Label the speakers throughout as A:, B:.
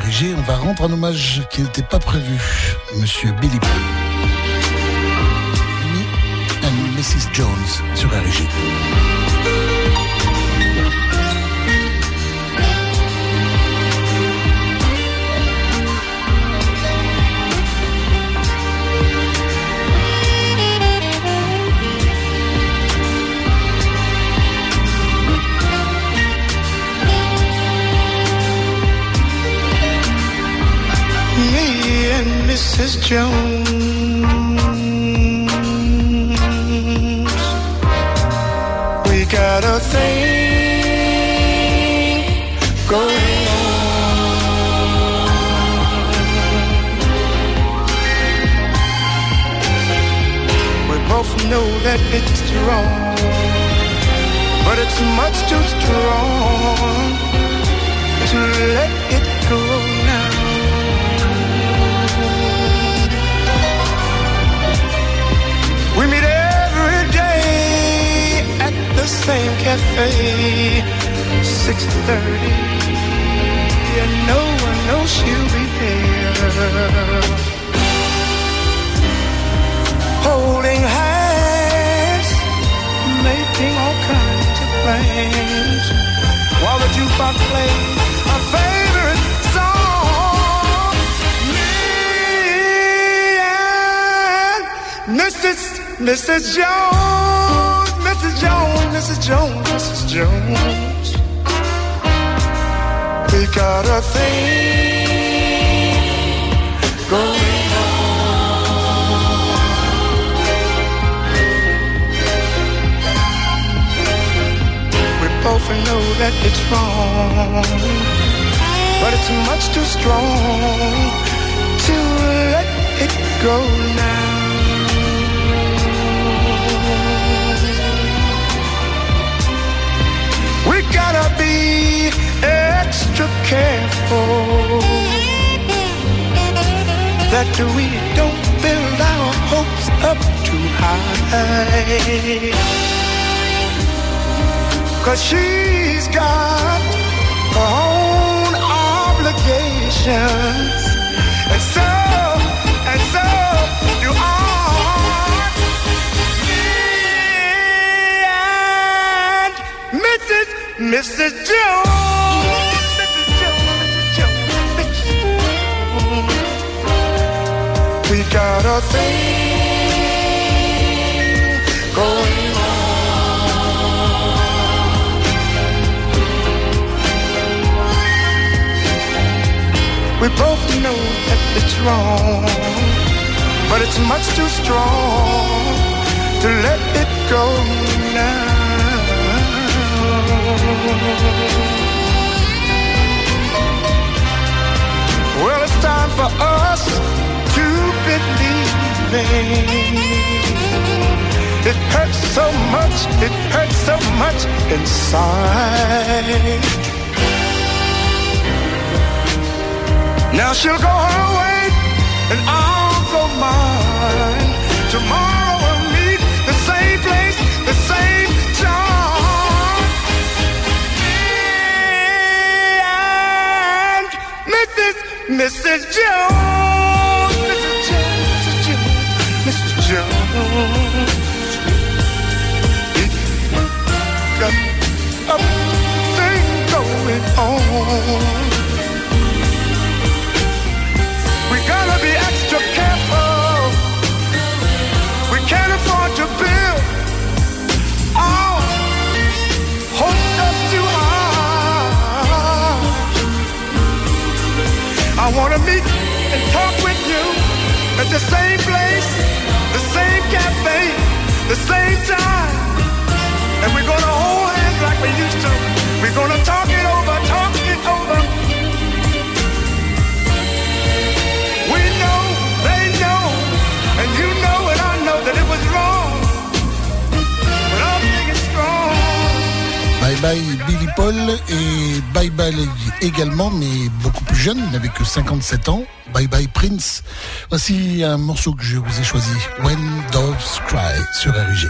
A: RIG. On va rendre un hommage qui n'était pas prévu. Monsieur Billy Paul. Me and Mrs. Jones sur RIG.
B: Mrs. Jones, we got a thing going on. We both know that it's wrong, but it's much too strong to let it go now. We meet every day at the same cafe, 6:30, and no one knows she'll be there. Holding hands, making all kinds of plans, while the jukebox plays our favorite song. Me and Mrs. Jones, Mrs. Jones, Mrs. Jones, Mrs. Jones, we got a thing going on. We both know that it's wrong, but it's much too strong to let it go now. We gotta be extra careful that we don't build our hopes up too high, 'cause she's got her own obligations, and so do I. Mrs. Jones, Mrs. Jones, Mrs. Jones, Mrs. Jones, we got a thing going on. We both know that it's wrong, but it's much too strong to let it go now. Well, it's time for us to believe. It hurts so much inside. Now she'll go her way and I'll go mine. Tomorrow we'll meet the same place, the same time. Mrs. Jones, Mrs. Jones, Mrs. Jones, we got a thing going on. We gotta be extra careful. We can't afford to build our hopes up too high. I wanna meet and talk with you at the same place, the same cafe, the same time. And we're gonna hold hands like we used to. We're gonna talk it over, talk it over. We know, they know, and you know and I know that it was wrong. But our thing is strong.
A: Bye bye Billy Paul et bye bye également, mais beaucoup plus jeune, il n'avait que 57 ans. Bye bye Prince. Voici un morceau que je vous ai choisi, When Doves Cry sur RIG.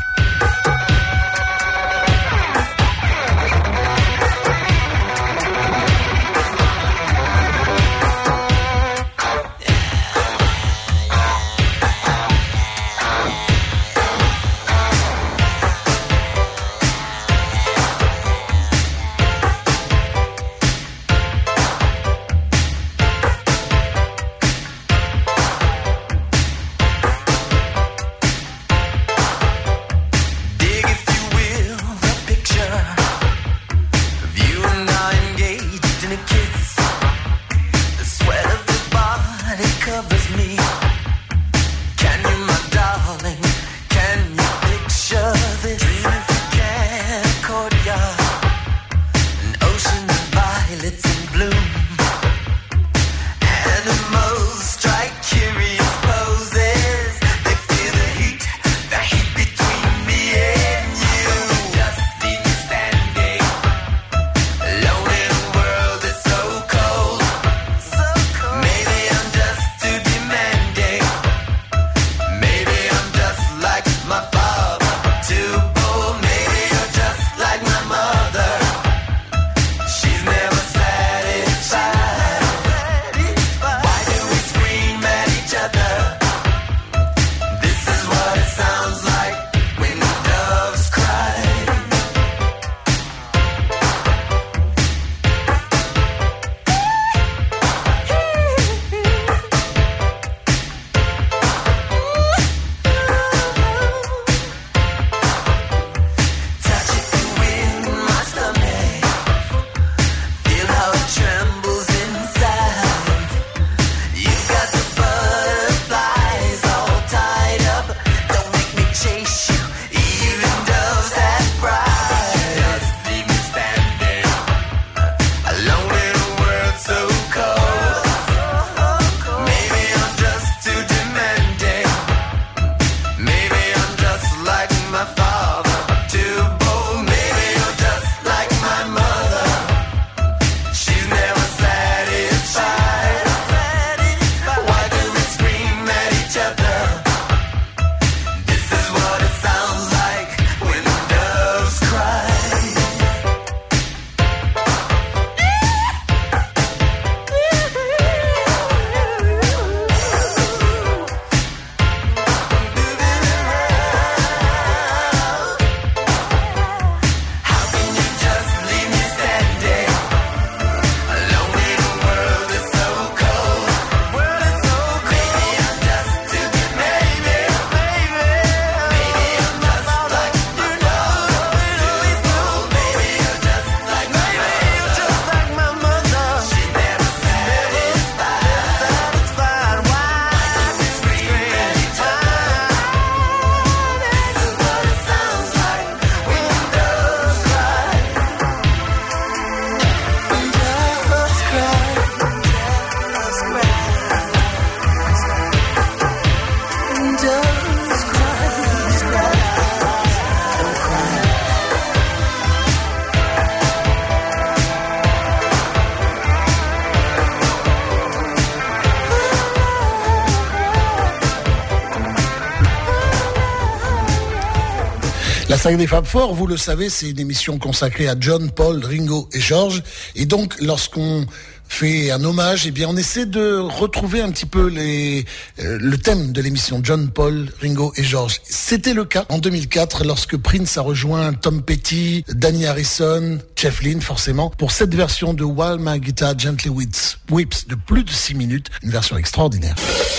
A: 5 des Fab Four, vous le savez, c'est une émission consacrée à John, Paul, Ringo et George. Et donc, lorsqu'on fait un hommage, eh bien, on essaie de retrouver un petit peu le thème de l'émission John, Paul, Ringo et George. C'était le cas en 2004 lorsque Prince a rejoint Tom Petty, Danny Harrison, Jeff Lynne forcément, pour cette version de While My Guitar Gently Weeps de plus de 6 minutes, une version extraordinaire.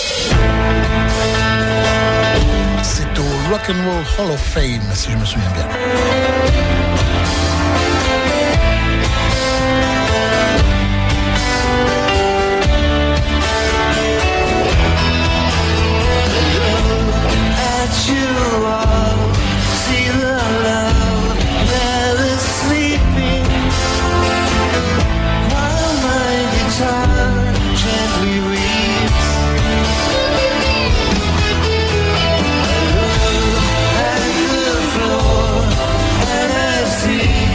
A: C'est au Rock and Roll Hall of Fame, si je me souviens bien.
C: See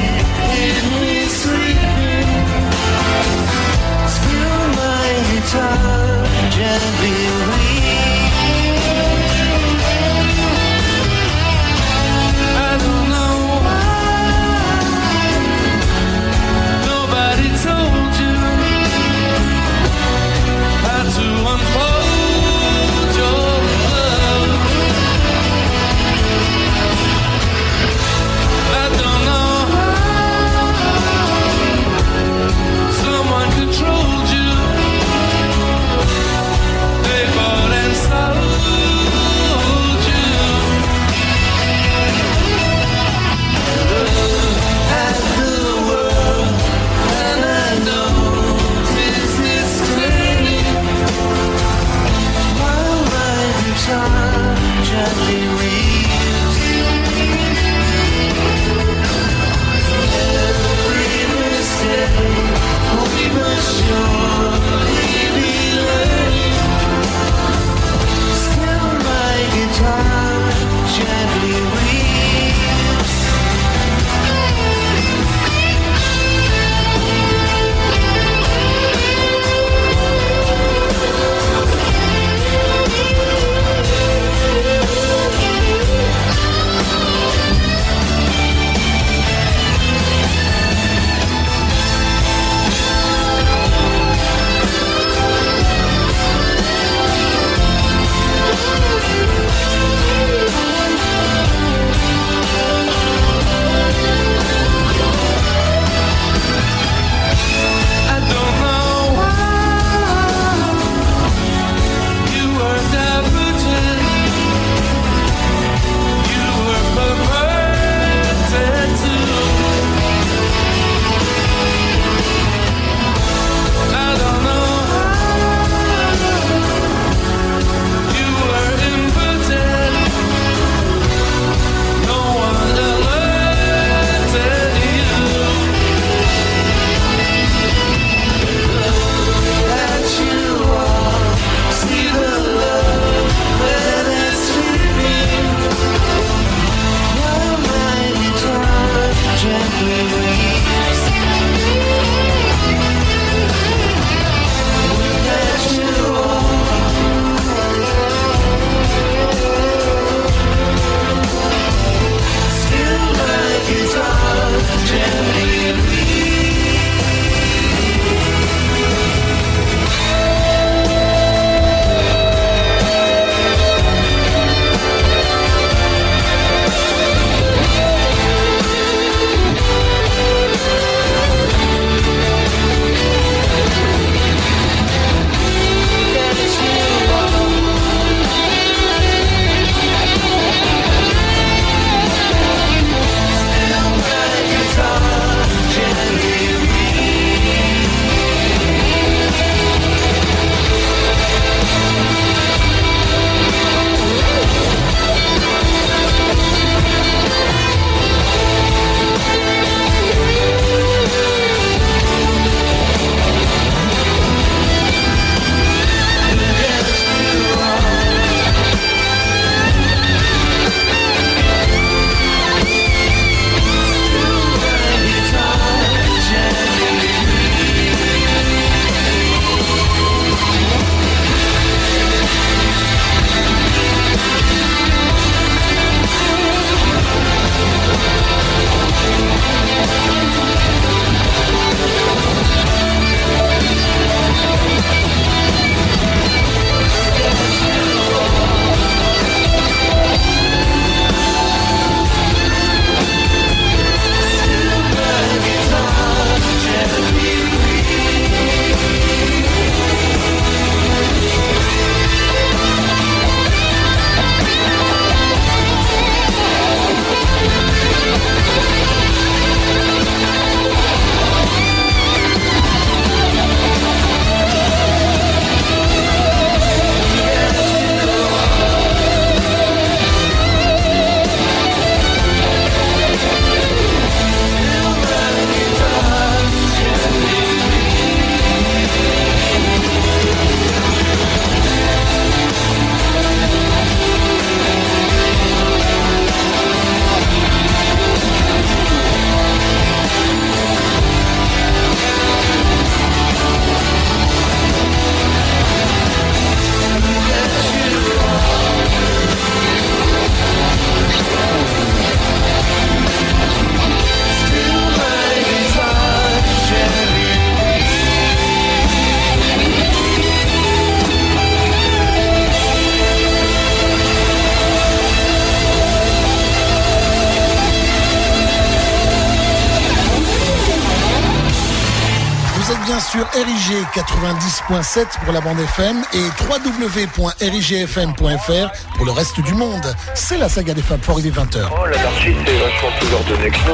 A: êtes bien sûr RIG 90.7 pour la bande FM et www.rigfm.fr pour le reste du monde. C'est la saga des Fab Four, il est 20h.
C: Oh, l'anarchie, c'est vachement plus ordonné que nous.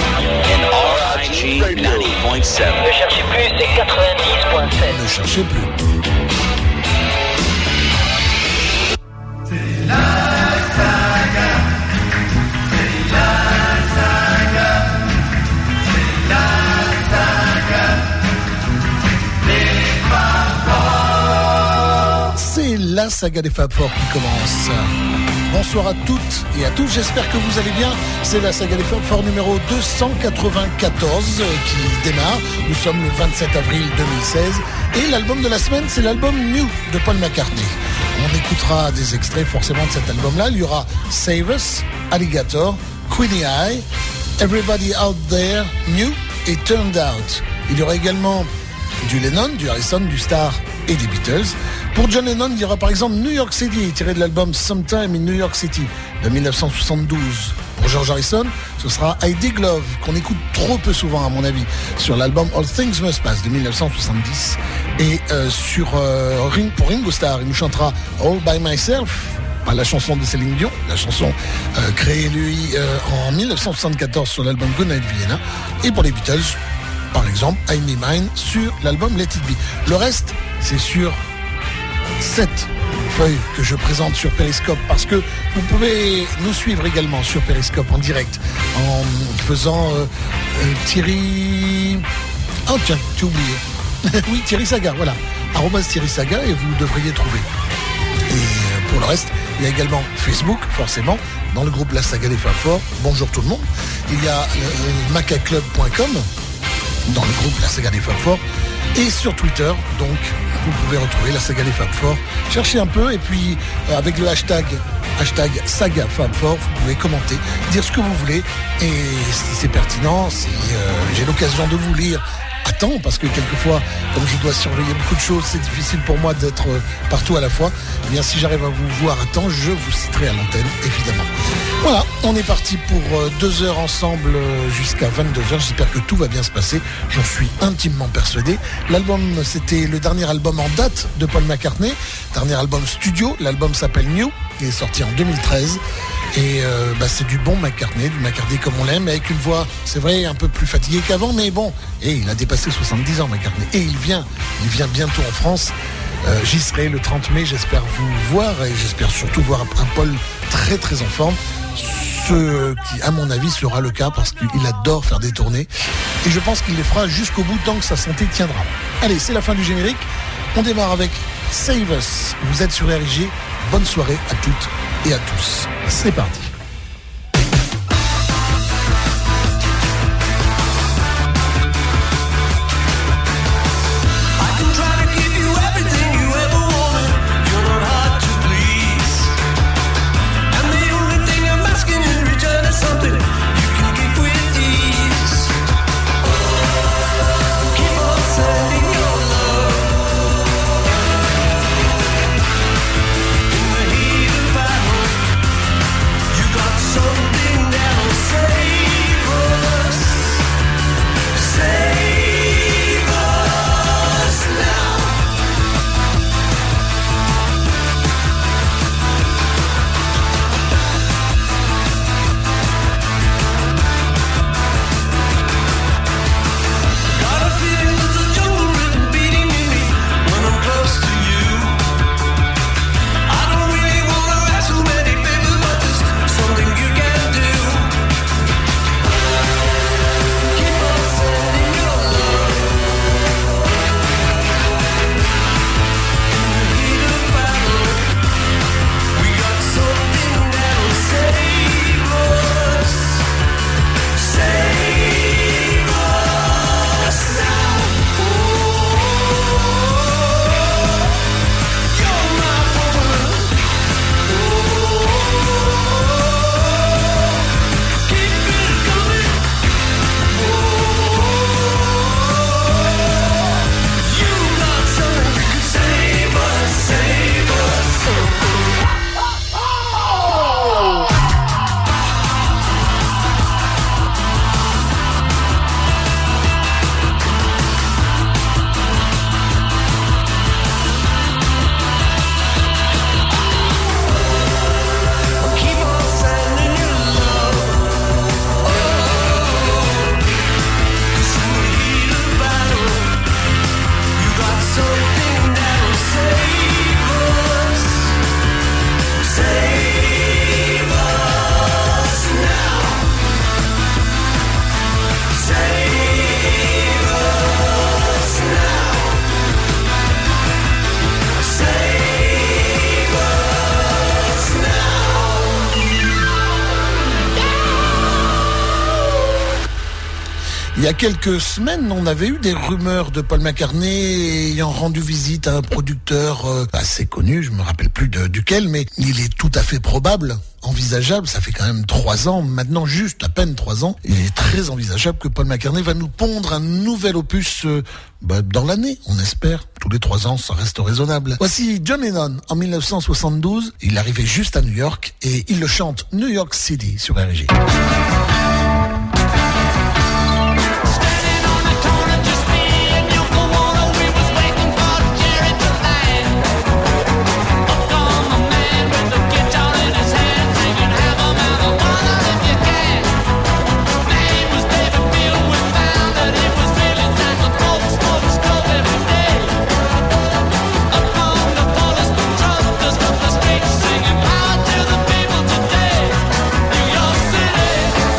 D: RIG 90.7.
E: Ne cherchez plus, c'est 90.7.
A: Ne cherchez plus.
F: C'est la saga. C'est la saga. C'est la saga. Les Fab Four.
A: C'est la saga des Fab Four qui commence. Bonsoir à toutes et à tous, j'espère que vous allez bien. C'est la saga des Fab Four numéro 294 qui démarre. Nous sommes le 27 avril 2016 et l'album de la semaine, c'est l'album New de Paul McCartney. On écoutera des extraits forcément de cet album-là. Il y aura Save Us, Alligator, Queenie Eye, Everybody Out There, New et Turned Out. Il y aura également du Lennon, du Harrison, du Starr et des Beatles. Pour John Lennon, il y aura par exemple New York City, tiré de l'album Sometime in New York City de 1972. Pour George Harrison, ce sera I Dig Love, qu'on écoute trop peu souvent à mon avis, sur l'album All Things Must Pass de 1970. Et pour Ringo Starr, il nous chantera All By Myself, la chanson de Céline Dion, la chanson créée lui en 1974 sur l'album Goodnight Vienna. Et pour les Beatles, par exemple, I Me Mine sur l'album Let It Be. Le reste, c'est sur cette feuille que je présente sur Periscope, parce que vous pouvez nous suivre également sur Periscope en direct en faisant Thierry... Oh tiens, j'ai oublié. Oui, Thierry Saga, voilà. @Thierry Saga et vous devriez trouver. Et pour le reste, il y a également Facebook, forcément, dans le groupe La Saga des Fab Four. Bonjour tout le monde. Il y a macaclub.com dans le groupe La Saga des Fab Four. Et sur Twitter, donc, vous pouvez retrouver La Saga des Fab Four. Cherchez un peu et puis avec le hashtag Saga Fab Four, vous pouvez commenter, dire ce que vous voulez. Et si c'est pertinent, si j'ai l'occasion de vous lire à temps, parce que quelquefois, comme je dois surveiller beaucoup de choses, c'est difficile pour moi d'être partout à la fois. Eh bien, si j'arrive à vous voir à temps, je vous citerai à l'antenne, évidemment. Voilà, on est parti pour 2 heures ensemble jusqu'à 22h. J'espère que tout va bien se passer. J'en suis intimement persuadé. L'album, c'était le dernier album en date de Paul McCartney. Dernier album studio. L'album s'appelle New. Il est sorti en 2013. Et c'est du bon McCartney, du McCartney comme on l'aime, avec une voix, c'est vrai, un peu plus fatiguée qu'avant, mais bon, et il a dépassé 70 ans McCartney. Et il vient bientôt en France. J'y serai le 30 mai, j'espère vous voir, et j'espère surtout voir un Paul très très en forme. Ce qui, à mon avis, sera le cas, parce qu'il adore faire des tournées. Et je pense qu'il les fera jusqu'au bout, tant que sa santé tiendra. Allez, c'est la fin du générique. On démarre avec Save Us. Vous êtes sur RIG. Bonne soirée à toutes et à tous. C'est parti.
F: You
A: y a quelques semaines, on avait eu des rumeurs de Paul McCartney ayant rendu visite à un producteur assez connu, je me rappelle plus duquel, mais il est tout à fait probable, envisageable, ça fait quand même 3 ans, maintenant juste à peine 3 ans, il est très envisageable que Paul McCartney va nous pondre un nouvel opus dans l'année, on espère. Tous les 3 ans, ça reste raisonnable. Voici John Lennon en 1972, il arrivait juste à New York et il le chante New York City sur RG.
D: Singing power to the people today. New York City.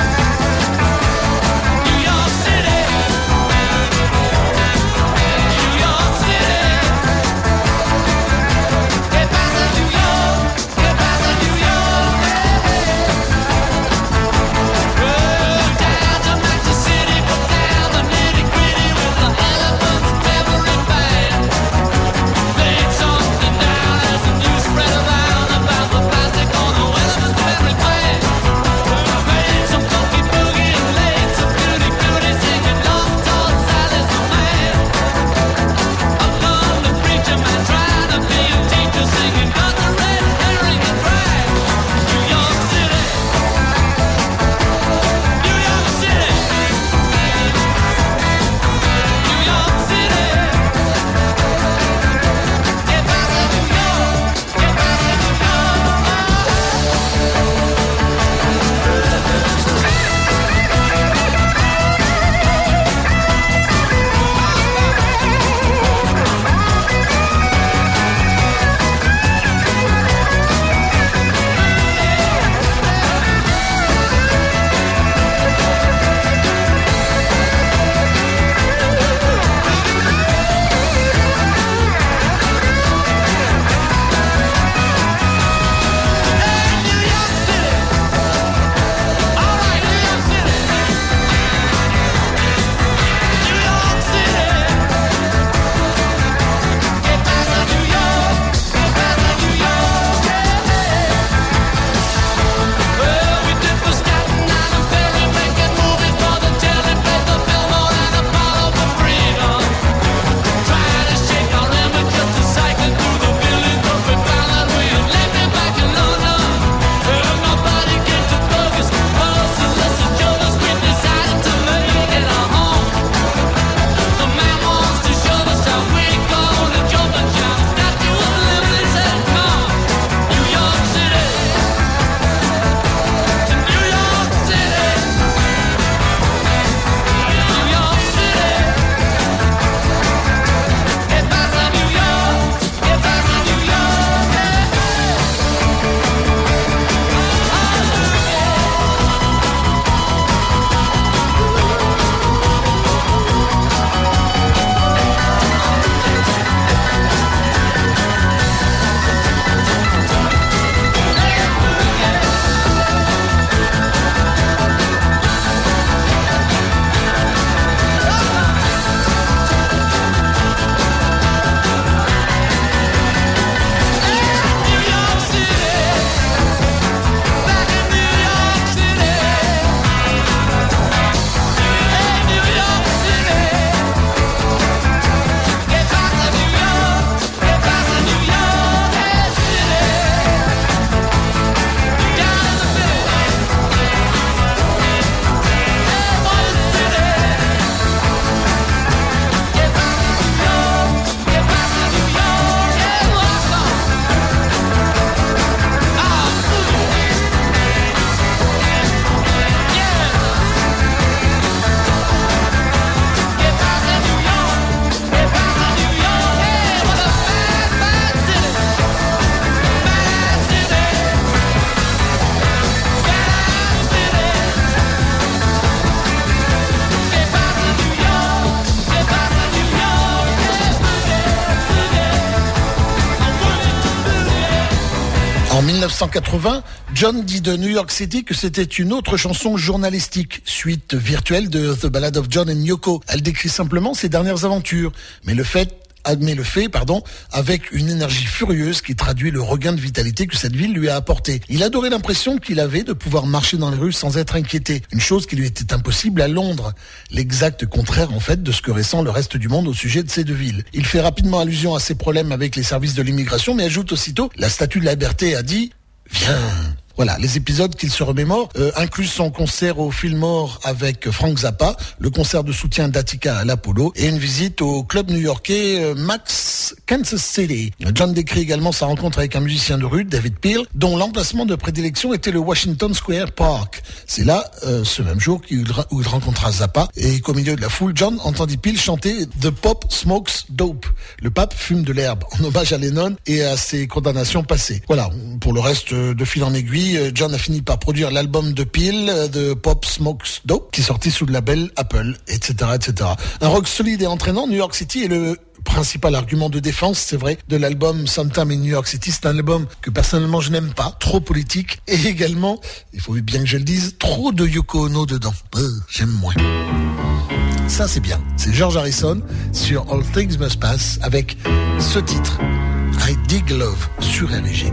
A: En 1980, John dit de New York City que c'était une autre chanson journalistique, suite virtuelle de The Ballad of John and Yoko. Elle décrit simplement ses dernières aventures, mais le fait, avec une énergie furieuse qui traduit le regain de vitalité que cette ville lui a apporté. Il adorait l'impression qu'il avait de pouvoir marcher dans les rues sans être inquiété, une chose qui lui était impossible à Londres. L'exact contraire, en fait, de ce que ressent le reste du monde au sujet de ces deux villes. Il fait rapidement allusion à ses problèmes avec les services de l'immigration, mais ajoute aussitôt « La Statue de la Liberté a dit « Viens ». Voilà, les épisodes qu'il se remémore incluent son concert au Fillmore avec Frank Zappa, le concert de soutien d'Attica à l'Apollo et une visite au club new-yorkais Max Kansas City. John décrit également sa rencontre avec un musicien de rue, David Peel, dont l'emplacement de prédilection était le Washington Square Park. C'est là, ce même jour, où il rencontra Zappa et qu'au milieu de la foule, John entendit Peel chanter « The Pop Smokes Dope ». Le pape fume de l'herbe, en hommage à Lennon et à ses condamnations passées. Voilà, pour le reste, de fil en aiguille, John a fini par produire l'album de Peel, The Pop Smokes Dope, qui est sorti sous le label Apple, etc., etc. Un rock solide et entraînant, New York City est le principal argument de défense, c'est vrai, de l'album Sometime in New York City. C'est un album que personnellement je n'aime pas, trop politique, et également, il faut bien que je le dise, trop de Yoko Ono dedans. J'aime moins. Ça c'est bien, c'est George Harrison sur All Things Must Pass avec ce titre, I Dig Love sur RG.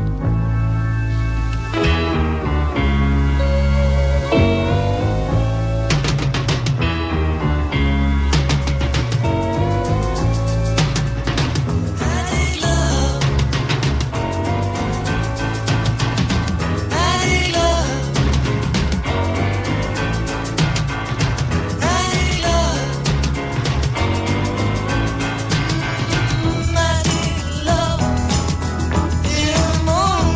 D: Love, in the morning.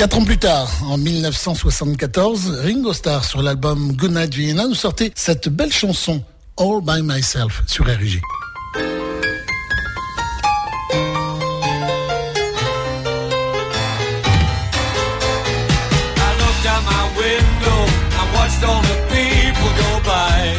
A: 4 ans plus tard, en 1974, Ringo Starr, sur l'album Goodnight Vienna, nous sortait cette belle chanson All by Myself sur RJ.
D: All the people go by.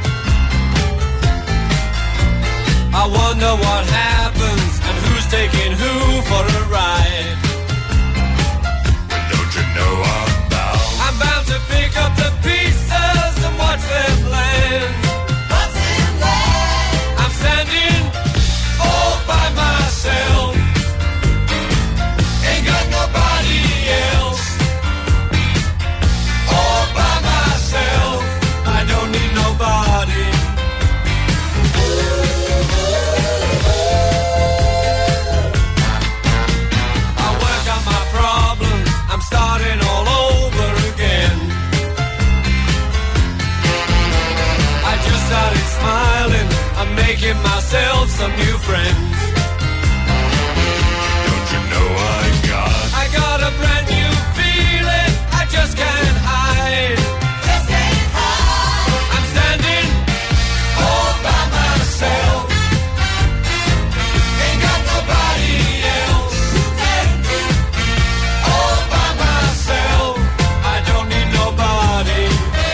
D: I wonder what happens and who's taking who for a ride. Don't you know I'm bound to pick up the pieces and watch them land. What's in there? I'm standing all by myself. Ain't got nobody else. All by myself, I don't need nobody. I work out my problems, I'm starting all over again. I just started smiling, I'm making myself some new friends. Don't you know I got a brand new feeling, I just can't hide. I'm standing all by myself. Ain't got nobody else. All by myself. I don't need nobody.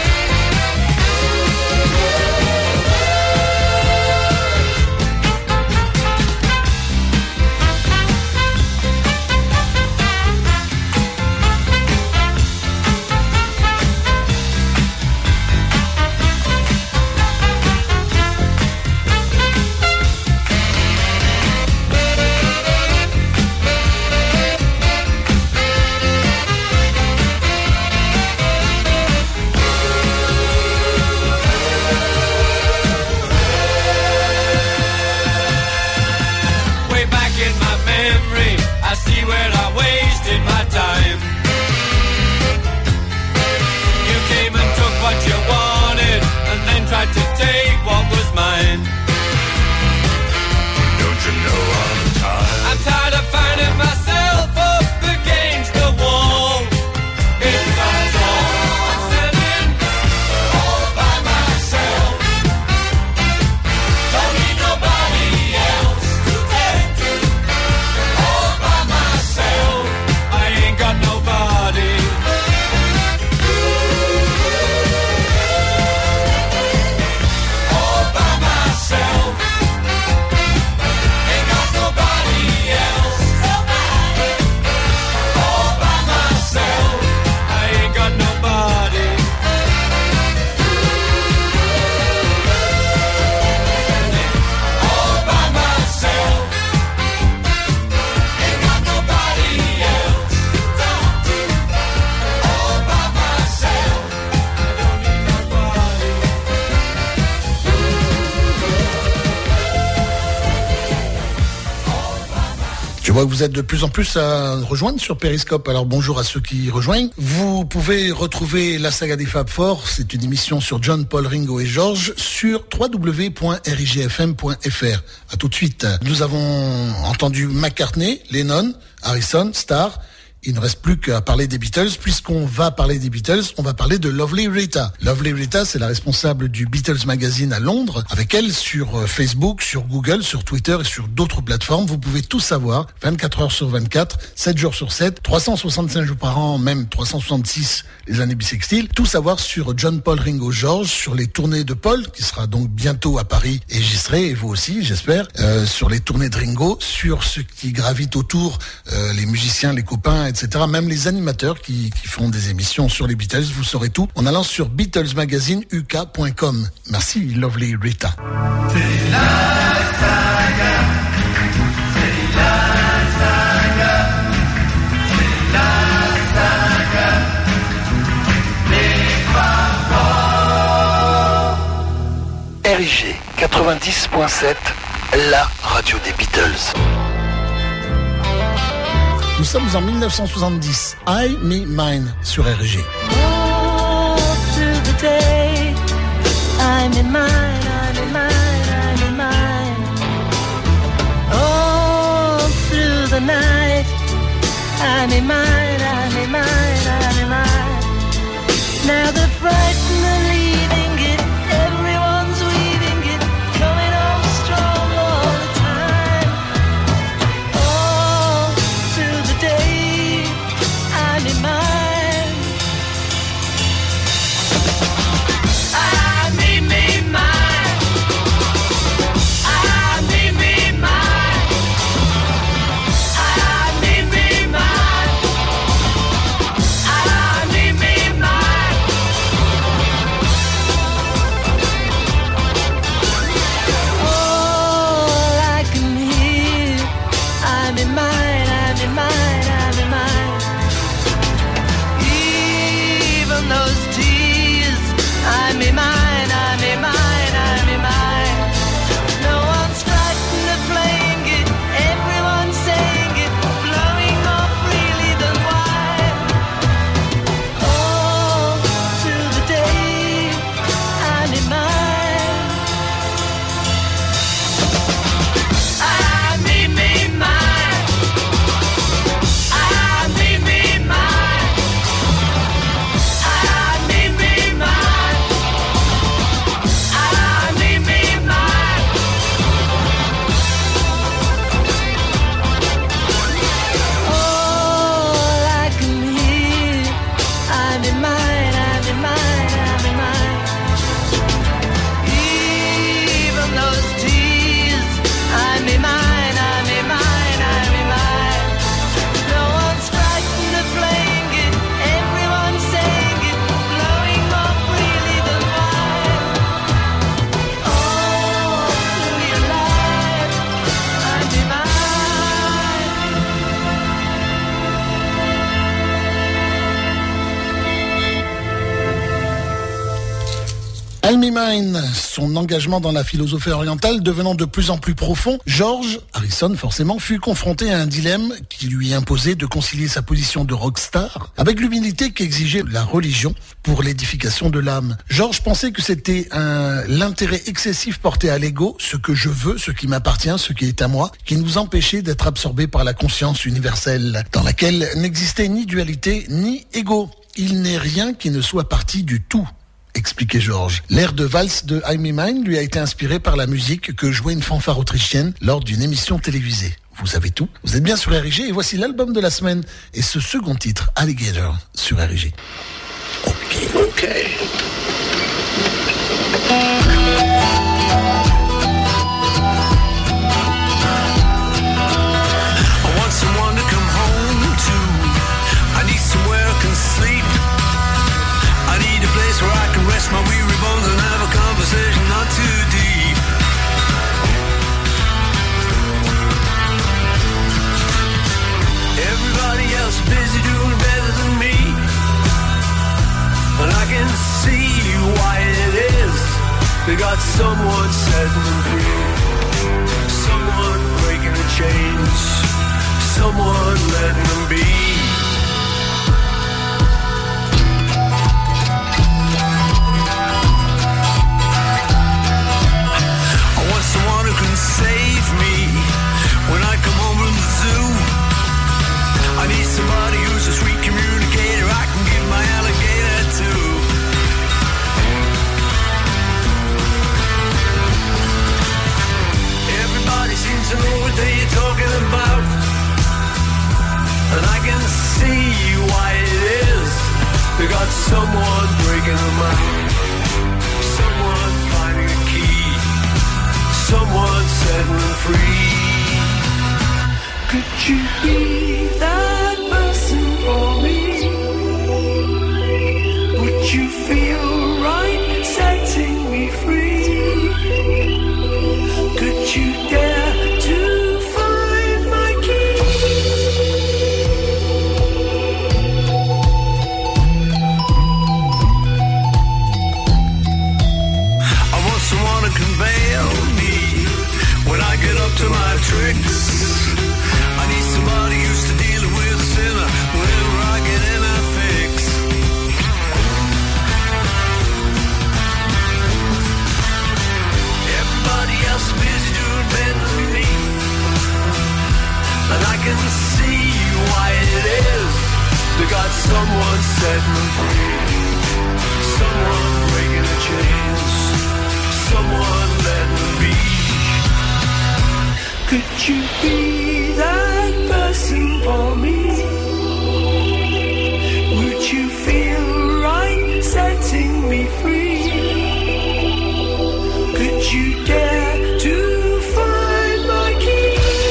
D: I see where I wasted my time. You came and took what you wanted and then tried to take what was mine. Don't you know I'm tired of finding myself up against the wall. It's that's all. I'm standing all by myself. Don't need nobody else to take to. All by myself, I ain't got nobody. All by myself, ain't got nobody else. All by myself, I ain't got nobody. All by myself. Ain't got nobody else to talk to. All by myself. I don't need nobody.
A: Je vois que vous êtes de plus en plus à rejoindre sur Periscope. Alors bonjour à ceux qui rejoignent. Vous pouvez retrouver la saga des Fab Four. C'est une émission sur John, Paul, Ringo et George sur www.rijfm.fr. À tout de suite. Nous avons entendu McCartney, Lennon, Harrison, Starr. Il ne reste plus qu'à parler des Beatles. Puisqu'on va parler des Beatles, on va parler de Lovely Rita. Lovely Rita, c'est la responsable du Beatles Magazine à Londres. Avec elle, sur Facebook, sur Google, sur Twitter et sur d'autres plateformes, vous pouvez tout savoir. 24 heures sur 24, 7 jours sur 7, 365 jours par an, même 366 les années bissextiles. Tout savoir sur John, Paul, Ringo, George, sur les tournées de Paul, qui sera donc bientôt à Paris et j'y serai, et vous aussi, j'espère, sur les tournées de Ringo, sur ce qui gravite autour, les musiciens, les copains, etc. Même les animateurs qui font des émissions sur les Beatles, vous saurez tout en allant sur BeatlesMagazineUK.com. Merci, Lovely Rita.
G: RIG 90.7, la radio des Beatles.
A: Nous sommes en 1970. I Me Mine sur RG.
H: All through the day, I'm in mine, I'm in mine, I'm in mine. All through the night, I'm in mine, I'm in mine, I'm in mine. Now the frightened are leaving it, everyone's weaving it, coming on strong all the time. All through the day, I'm in mine.
A: I'm in mine, son engagement dans la philosophie orientale devenant de plus en plus profond, George Harrison forcément fut confronté à un dilemme qui lui imposait de concilier sa position de rockstar avec l'humilité qu'exigeait la religion pour l'édification de l'âme. George pensait que c'était l'intérêt excessif porté à l'ego, ce que je veux, ce qui m'appartient, ce qui est à moi, qui nous empêchait d'être absorbés par la conscience universelle, dans laquelle n'existait ni dualité ni ego. Il n'est rien qui ne soit partie du tout, expliquait George. L'air de valse de I'm in mine lui a été inspiré par la musique que jouait une fanfare autrichienne lors d'une émission télévisée. Vous savez tout, vous êtes bien sur RIG et voici l'album de la semaine et ce second titre, Alligator, sur RIG. Ok.
I: Where I can rest my weary bones and have a conversation not too deep. Everybody else busy doing better than me, and I can see why it is. They got someone setting them free, someone breaking the chains, someone letting them be. Someone who can save me when I come home from the zoo. I need somebody who's a sweet communicator I can give my alligator to. Everybody seems to know what they're talking about, and I can see why it is. They got someone breaking them out, someone finding a key, someone setting them free. Could you be that person for me? Would you feel right setting me free? Could you dare to find my key? I want someone to convey me when I get up to my tricks. I need somebody used to dealing with a sinner whenever I get in a fix. Everybody else is busy doing better than me, and I can see why it is. They got someone setting them free, someone breaking the chains, someone letting them be. Could you be that person for me? Would you feel right setting me free? Could you dare to find my key?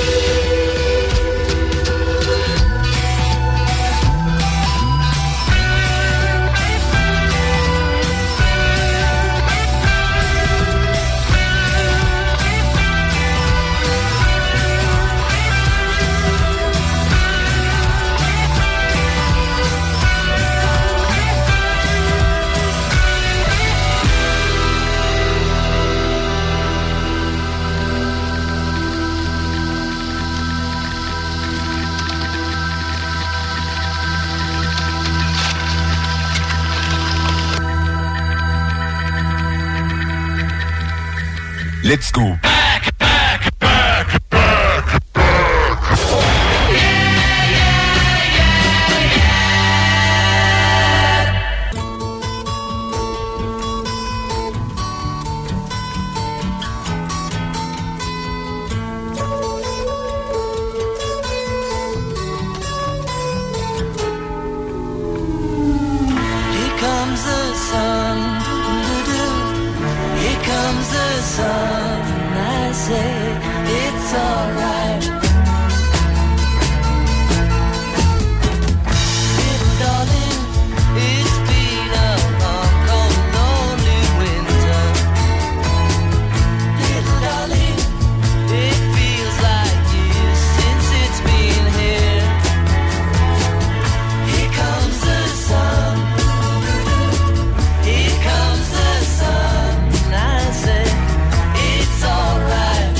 J: Let's go.
H: Here comes the sun, here comes the sun. I say it's alright. Little darling, it's been a long, cold, lonely winter. Little darling, it feels like years since it's been here. Here comes the sun. Here comes the sun. I say it's alright.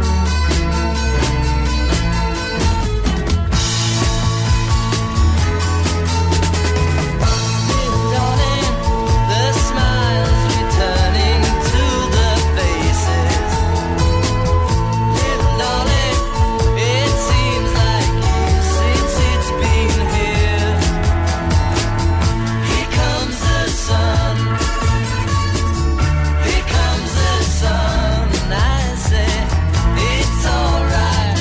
H: Little darling, the smiles returning to the faces. Little darling, it seems like years since it's been here. Here comes the sun. Here comes the sun. I say it's alright.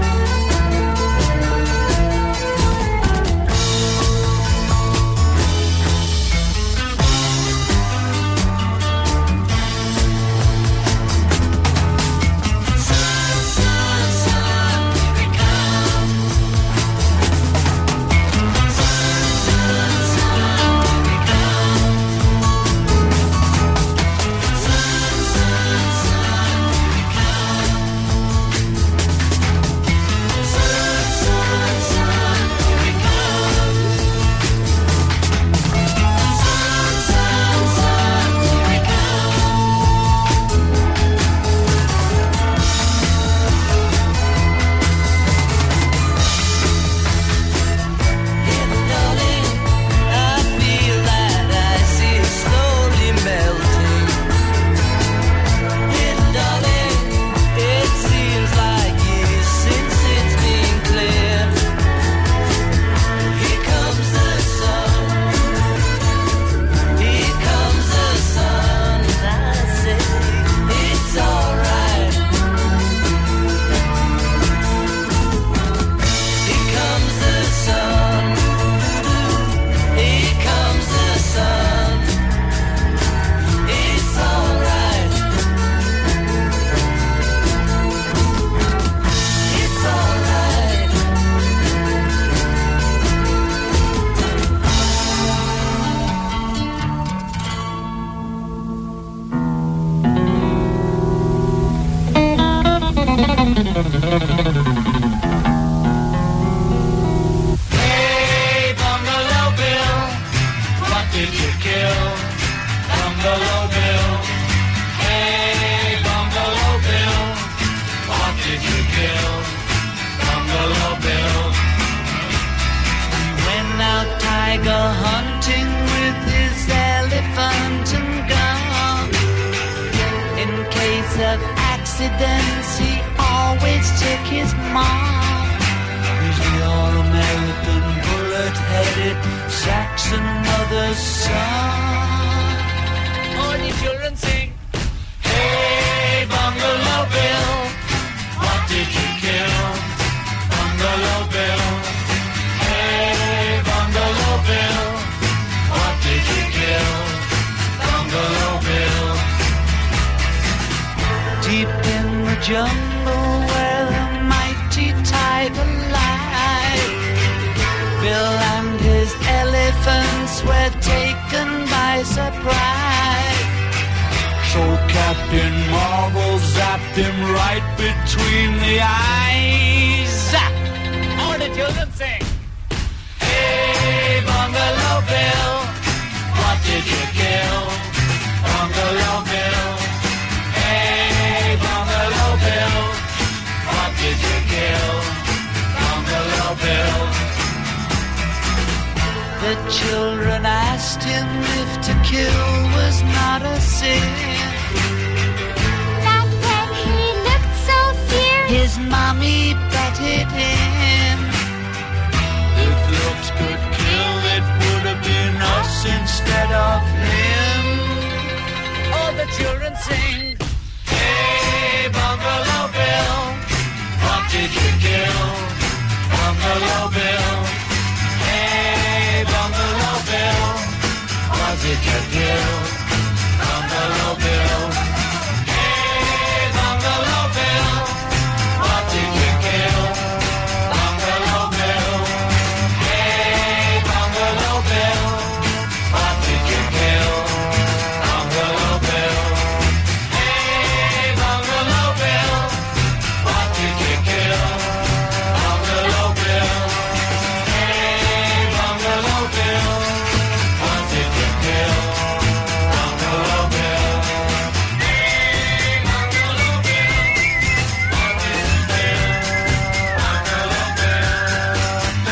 H: Sun, sun, sun, here it comes. Sun, sun, sun, here it comes. Sun, sun, sun, here it comes. Sun, sun, sun, here it comes. Sun, sun, sun, here it Little darling, I feel that ice is slowly melting. Little darling, it seems like years since it's been clear. Here comes the sun. Here comes the sun. I say it's alright. Here comes the sun. Here comes the sun. It's alright. It's alright.
D: Hey, Bungalow Bill, what did you kill? Bungalow Bill. Hey, Bungalow Bill, what did you kill? Bungalow Bill.
H: He went out tiger hunting with his elephant and gun. In case of accidents, he always took his mom. He's the all-American
J: Saxon mother's son. All the children sing, hey, Bungalow Bill, what did you kill? Bungalow Bill, hey, Bungalow Bill, what did you kill? Bungalow Bill. Deep in the jungle where the mighty tiger lies, Bill and his elephants were taken by surprise. So Captain Marvel zapped him right between the eyes. Zap! All the children sing, hey, Bungalow Bill, what did you kill? Bungalow Bill, hey, Bungalow Bill, what did you kill? Bungalow Bill. The children asked him if to kill was not a sin.
K: Back then he looked so fierce.
J: His mommy betted him. If looks could kill, it would have been us instead of him. All the children sing, hey, Bungalow Bill, what did you kill? Bungalow Bill, hey, Bungalow Bill, what did you kill? Bungalow Bill, hey, Bungalow Bill, what did you kill? Bungalow Bill, hey, Bungalow Bill, what did you kill? Bungalow Bill, hey, Bungalow Bill, what did you kill? Bungalow Bill, hey, Bungalow Bill, what did you kill? Bungalow Bill, hey, Bungalow Bill, what did you kill? Bungalow Bill,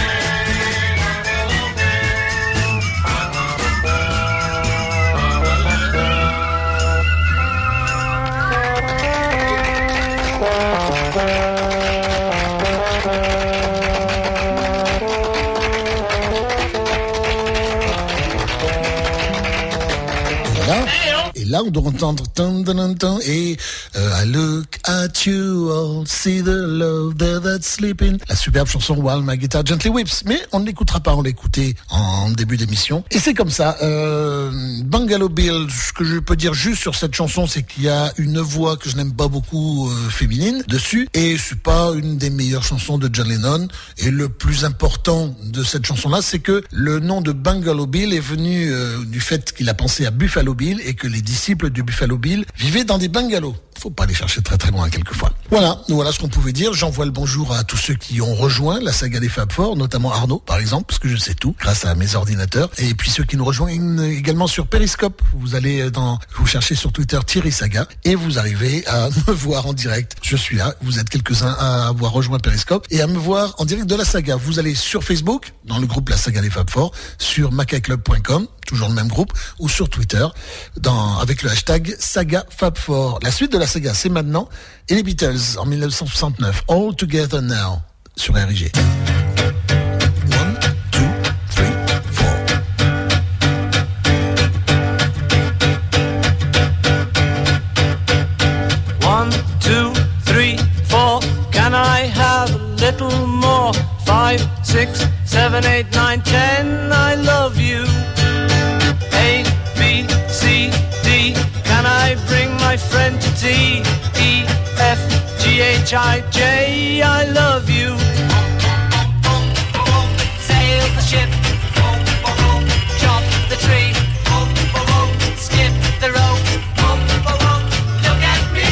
A: Voilà. Et là, on doit entendre tan, tan, tan, et I look at you all, see the love there that's sleeping. La superbe chanson While My Guitar Gently Weeps. Mais on ne l'écoutera pas, on l'a écouté en début d'émission. Et c'est comme ça. Bungalow Bill, ce que je peux dire juste sur cette chanson, c'est qu'il y a une voix que je n'aime pas beaucoup féminine dessus. Et c'est pas une des meilleures chansons de John Lennon. Et le plus important de cette chanson-là, c'est que le nom de Bungalow Bill est venu du fait qu'il a pensé à Buffalo Bill et que les disciples du Buffalo Bill vivaient dans des bungalows. Faut pas aller chercher très très loin quelquefois. Voilà ce qu'on pouvait dire. J'envoie le bonjour à tous ceux qui ont rejoint la saga des Fab Four, notamment Arnaud par exemple, parce que je sais tout grâce à mes ordinateurs. Et puis ceux qui nous rejoignent également sur Periscope. Vous allez vous cherchez sur Twitter Thierry Saga et vous arrivez à me voir en direct. Je suis là. Vous êtes quelques-uns à avoir rejoint Periscope et à me voir en direct de la saga. Vous allez sur Facebook, dans le groupe La Saga des Fab Four, sur macaclub.com, toujours le même groupe, ou sur Twitter, avec le hashtag Saga Fab Four. La suite de la saga, c'est maintenant. Et les Beatles, en 1969, All Together Now, sur RIG. 1, 2, 3, 4.
I: 1, 2, 3, 4. Can I have a little more? 5, 6, 7, 8, 9, 10. I love you. A, B, C, D. Can I bring my friend to tea? E, F, G, H, I, J. I love you.
J: Sail the ship, chop the tree, skip the rope, look at me.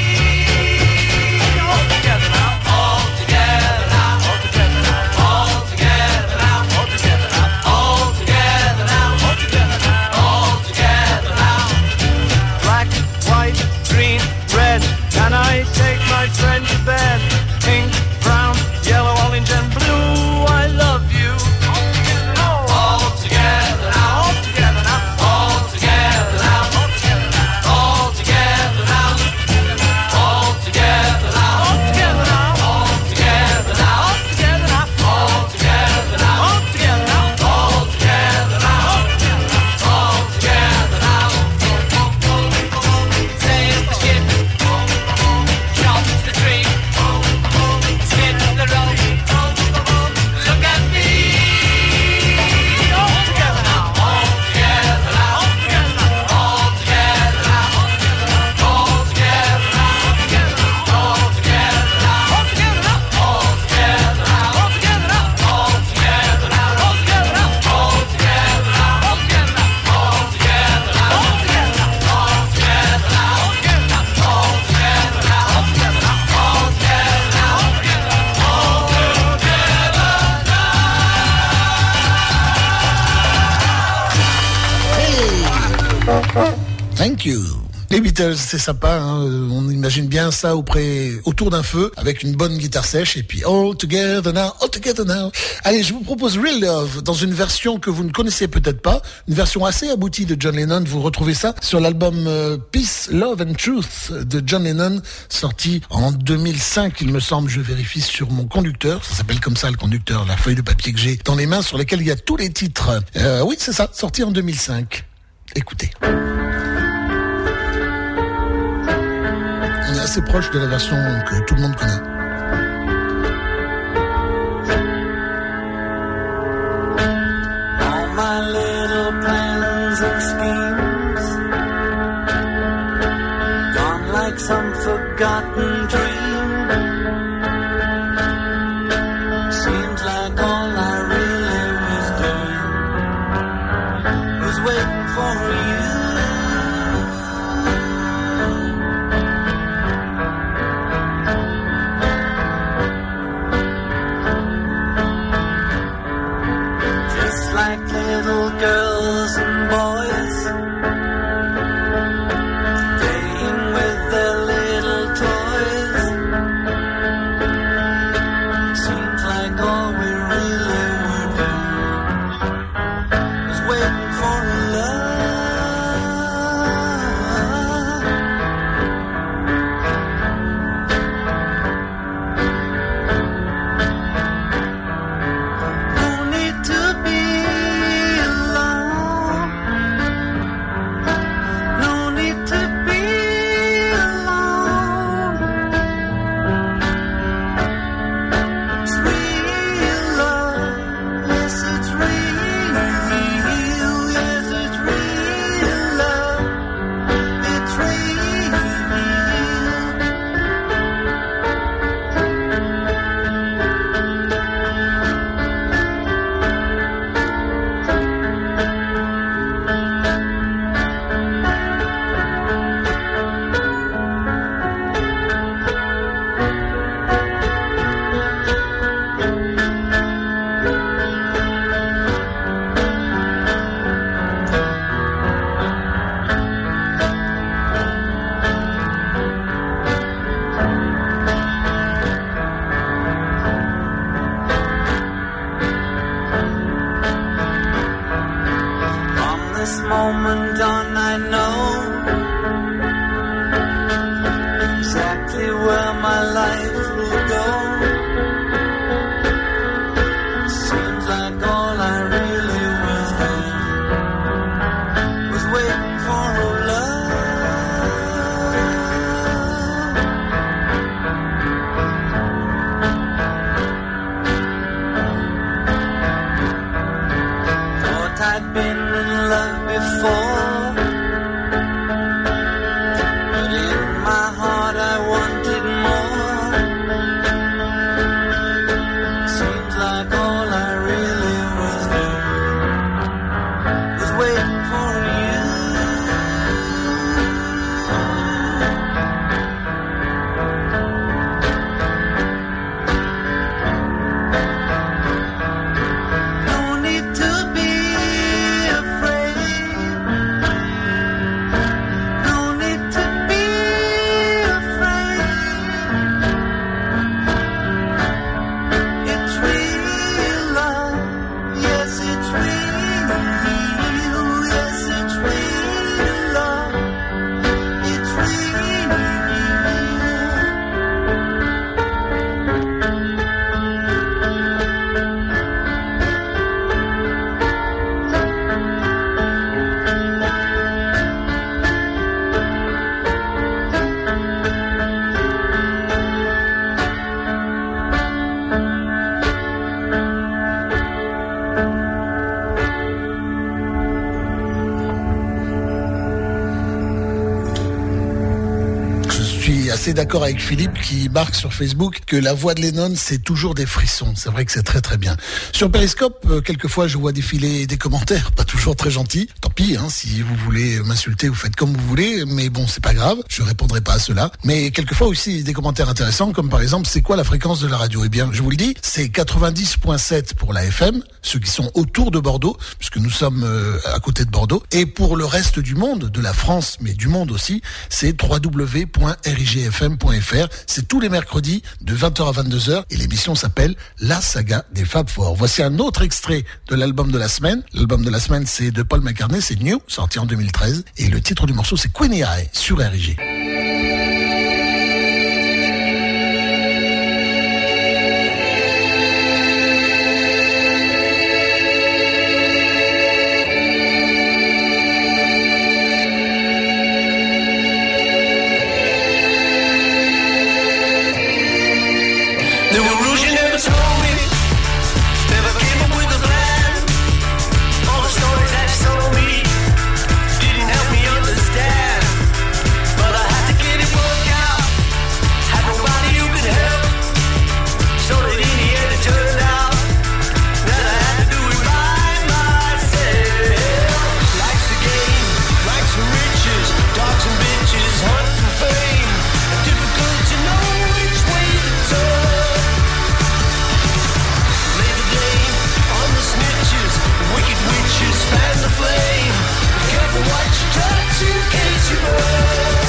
J: All together now, all together now, all together now, all together now, all together now, all together now, all together now, all together now.
I: Black, white, green, red. Can I take my friend to bed?
A: Thank you. Les Beatles, c'est sympa, hein. On imagine bien ça autour d'un feu, avec une bonne guitare sèche, et puis all together now. Allez, je vous propose Real Love, dans une version que vous ne connaissez peut-être pas, une version assez aboutie de John Lennon. Vous retrouvez ça sur l'album Peace, Love and Truth de John Lennon, sorti en 2005, il me semble. Je vérifie sur mon conducteur, ça s'appelle comme ça le conducteur, la feuille de papier que j'ai dans les mains, sur laquelle il y a tous les titres. Oui, c'est ça, sorti en 2005. Écoutez. On est assez proche de la version que tout le monde connaît.
F: All my little plans and schemes gone like some forgotten dream. Seems like all I really was doing was waiting for you. Like little girls and boys playing with their little toys. Seems like all we really were doing was waiting for love. No need to be moment on, I know exactly where my life will go. Seems like all I really was waiting for love. Thought I'd been in love before, but in my heart I wanted more. Seems like all I really was waiting for you. No need to be afraid. No need to be afraid. It's real love. Yes, it's real. Yes, it's real love. It's real.
A: Je suis assez d'accord avec Philippe qui marque sur Facebook que la voix de Lennon, c'est toujours des frissons. C'est vrai que c'est très très bien. Sur Periscope, quelquefois je vois défiler des commentaires, pas toujours très gentils. Tant tapis, hein, si vous voulez m'insulter, vous faites comme vous voulez, mais bon, c'est pas grave, je répondrai pas à cela. Mais quelquefois aussi des commentaires intéressants, comme par exemple, c'est quoi la fréquence de la radio? Eh bien, je vous le dis, c'est 90.7 pour la FM, ceux qui sont autour de Bordeaux, puisque nous sommes à côté de Bordeaux. Et pour le reste du monde, de la France, mais du monde aussi, c'est www.rigfm.fr. C'est tous les mercredis de 20h à 22h et l'émission s'appelle La Saga des Fab Four. Voici un autre extrait de l'album de la semaine. L'album de la semaine, c'est de Paul McCartney, c'est New, sorti en 2013. Et le titre du morceau, c'est Queenie Eye sur RIG.
I: There were rules you never told me, never came up with a plan. All the stories that you told me didn't help me understand. But I had to get it worked out, had nobody who could help. So that in the end it turned out that I had to do it by myself. Life's a game, life's for riches, dogs and bitches, hunt for fame. Difficult to know which way to turn. Lay the blame on the snitches, wicked witches fan the flame. Be careful what you touch in case you burn.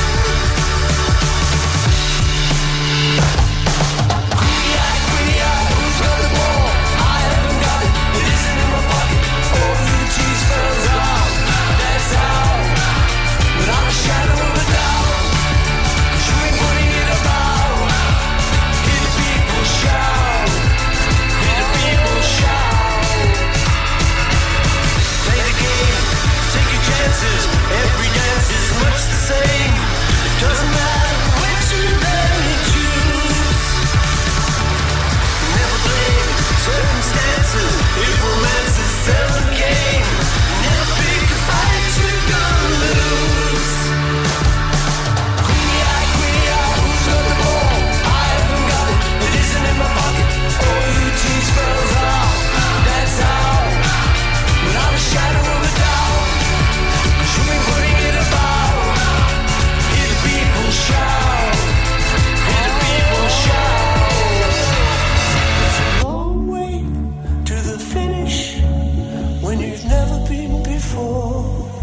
I: Queenie eye, who's got the ball? I haven't got it, it isn't in my pocket. All you cheese fellas out, that's how. Without a shadow of a doubt, 'cause you ain't putting it about. Hear the people shout, hear the people shout. Play the game, take your chances. Every dance is much the same. It doesn't matter which you then choose. Never blame circumstances if romance is seldom game. Never pick a fight you're gonna lose. Queenie eye, who's got the ball? I haven't got it, it isn't in my pocket. All you tease fellas out, that's how. Without a shadow of a doubt, 'cause you ain't putting it about. Hear the people shout, hear the people shout. It's a long way to the finish when you've never been before.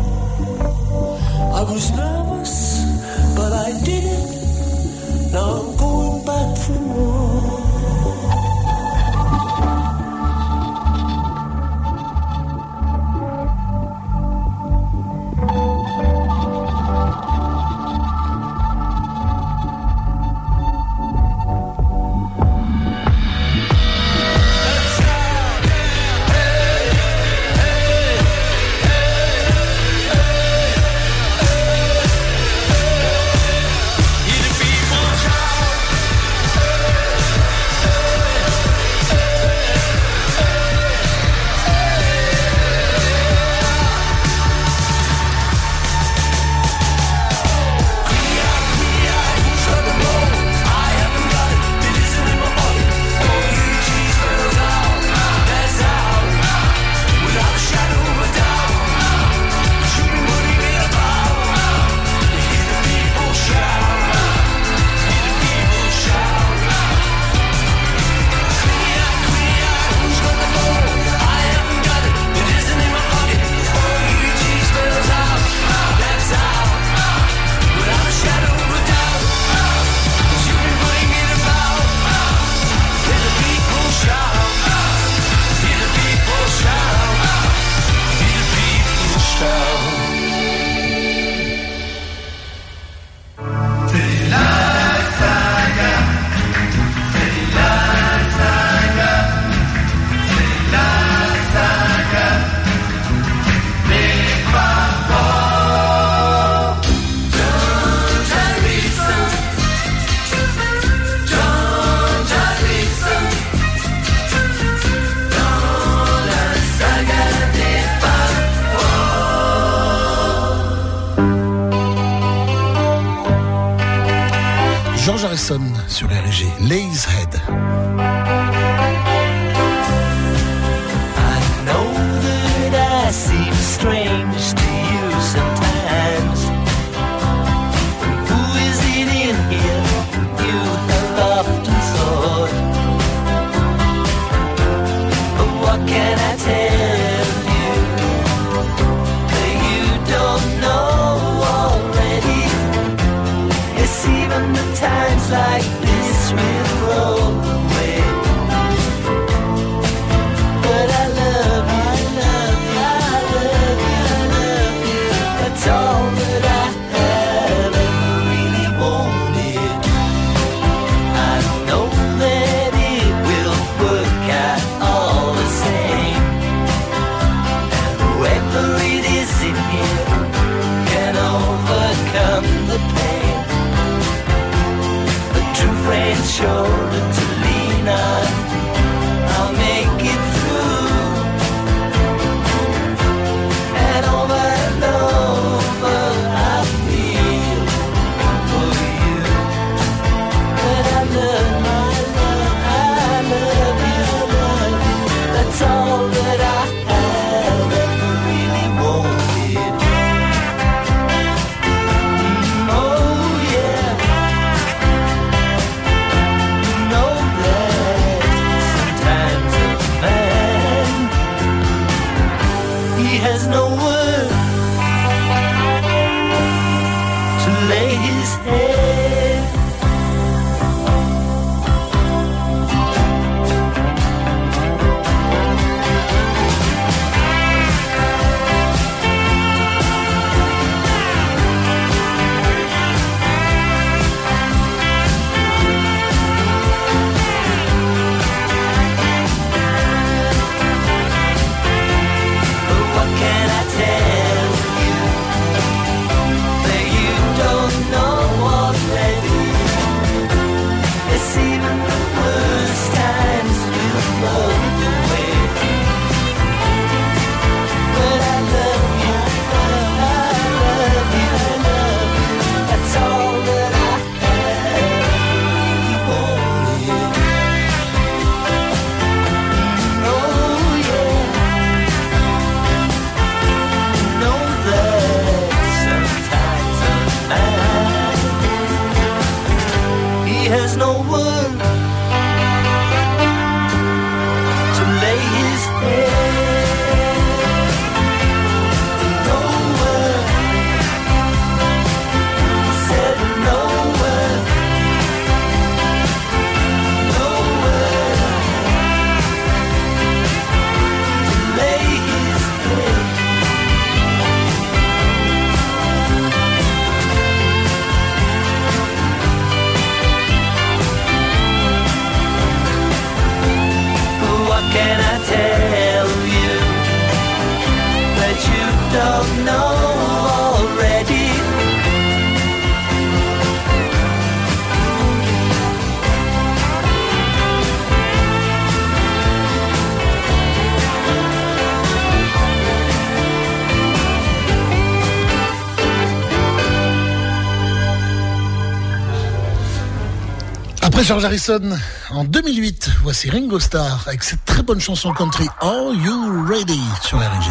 I: I was nervous, but I did it. Now I'm going back for more. Hear the people shout.
A: George Harrison sur RG, Lay's Head.
H: I know that I seem strange to
A: Après George Harrison, en 2008, voici Ringo Starr avec cette très bonne chanson country Are You Ready sur RNG.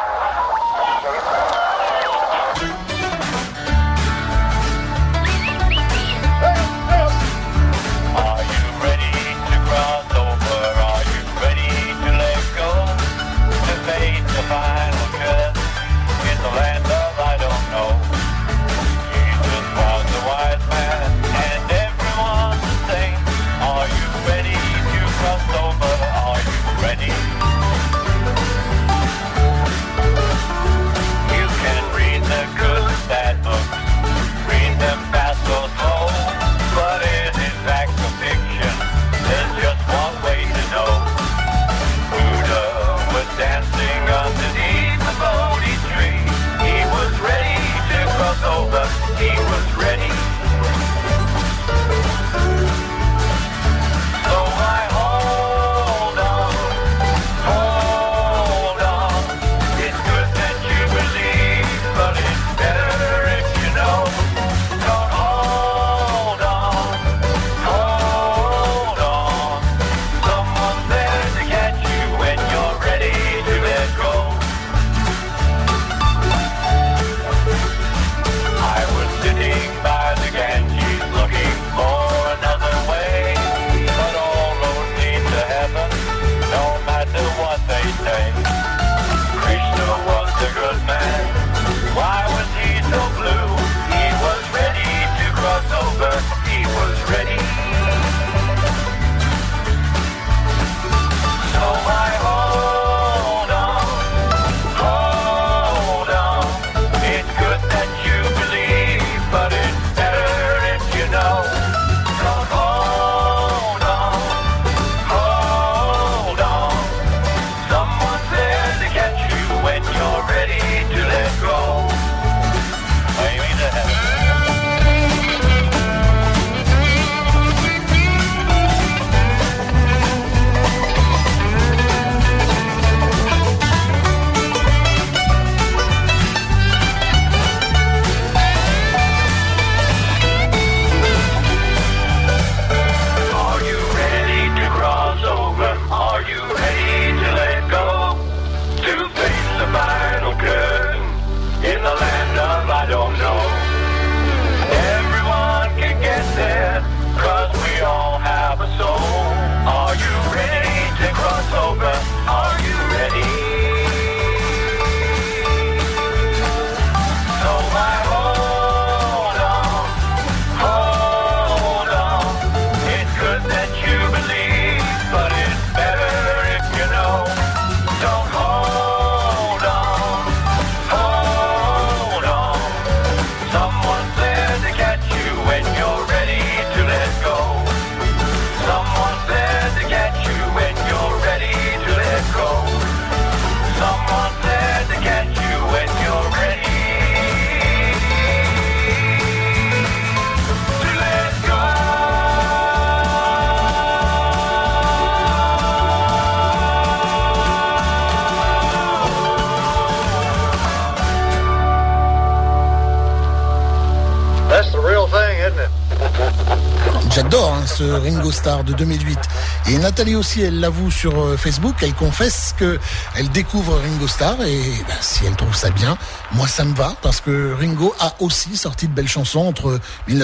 A: J'adore ce Ringo Starr de 2008. Et Nathalie aussi, elle l'avoue sur Facebook, elle confesse qu'elle découvre Ringo Starr et si elle trouve ça bien, moi ça me va parce que Ringo a aussi sorti de belles chansons entre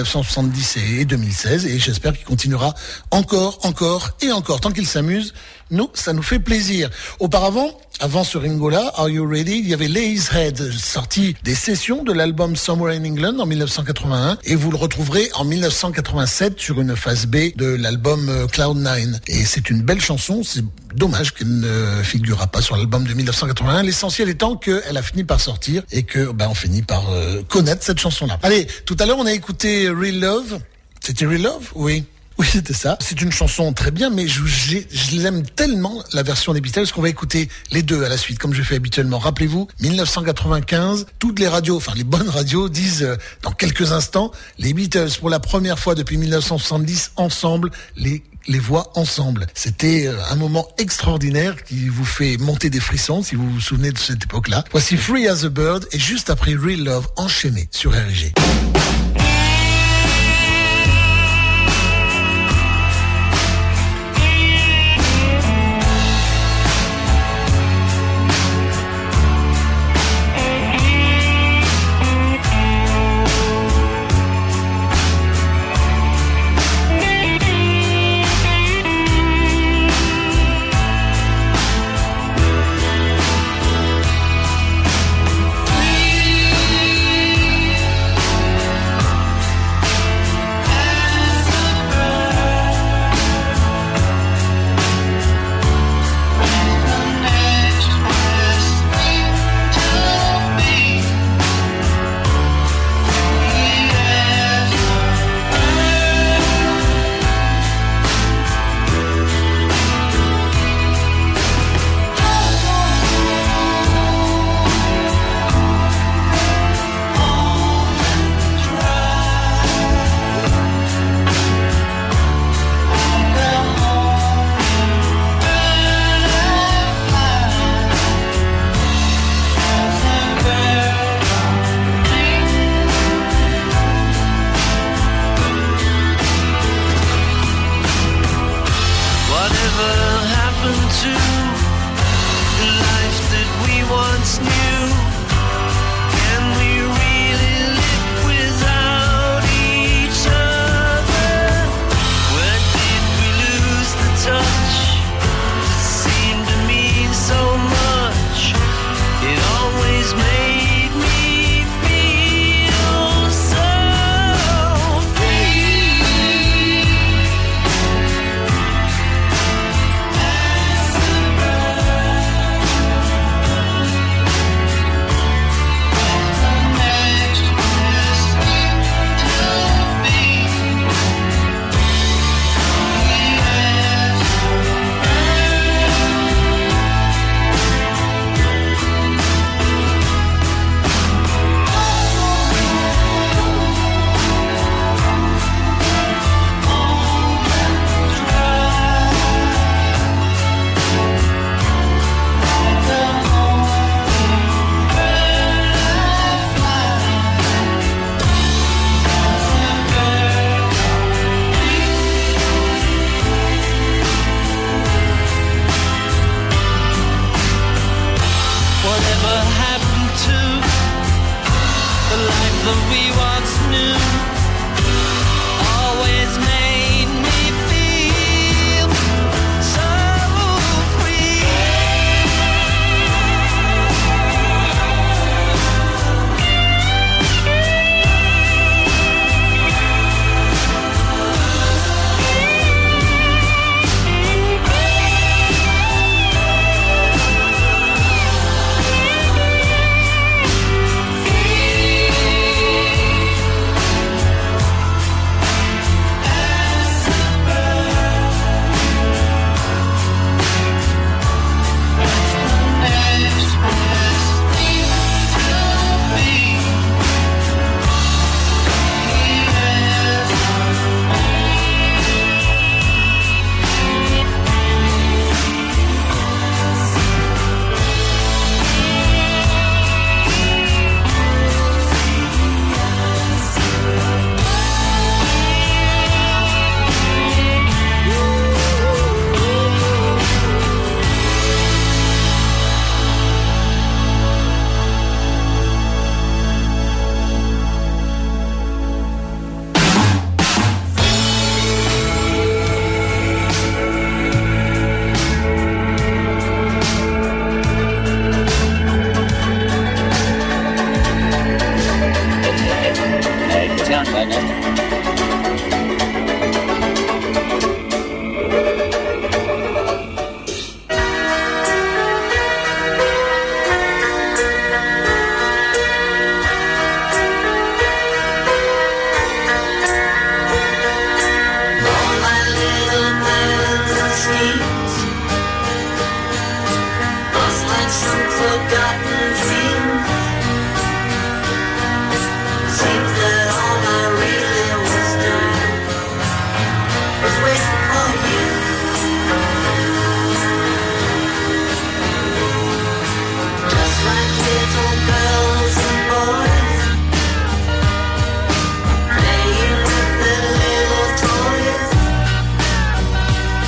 A: 1970 et 2016 et j'espère qu'il continuera encore et encore. Tant qu'il s'amuse, nous, ça nous fait plaisir. Auparavant, avant ce Ringo-là, Are You Ready, il y avait Lay's Head, sorti des sessions de l'album Somewhere in England en 1981 et vous le retrouverez en 1987 sur une phase B de l'album Cloud9. Et c'est une belle chanson, c'est dommage qu'elle ne figurera pas sur l'album de 1981. L'essentiel étant qu'elle a fini par sortir et que on finit par connaître cette chanson-là. Allez, tout à l'heure on a écouté Real Love. C'était Real Love? Oui. Oui, c'était ça. C'est une chanson très bien, mais je l'aime tellement, la version des Beatles, qu'on va écouter les deux à la suite, comme je fais habituellement. Rappelez-vous, 1995, toutes les radios, enfin les bonnes radios, disent dans quelques instants, les Beatles, pour la première fois depuis 1970, ensemble, les voix ensemble. C'était un moment extraordinaire qui vous fait monter des frissons, si vous vous souvenez de cette époque-là. Voici Free as a Bird, et juste après Real Love, enchaîné sur RG.
H: that we once knew always made me feel so free.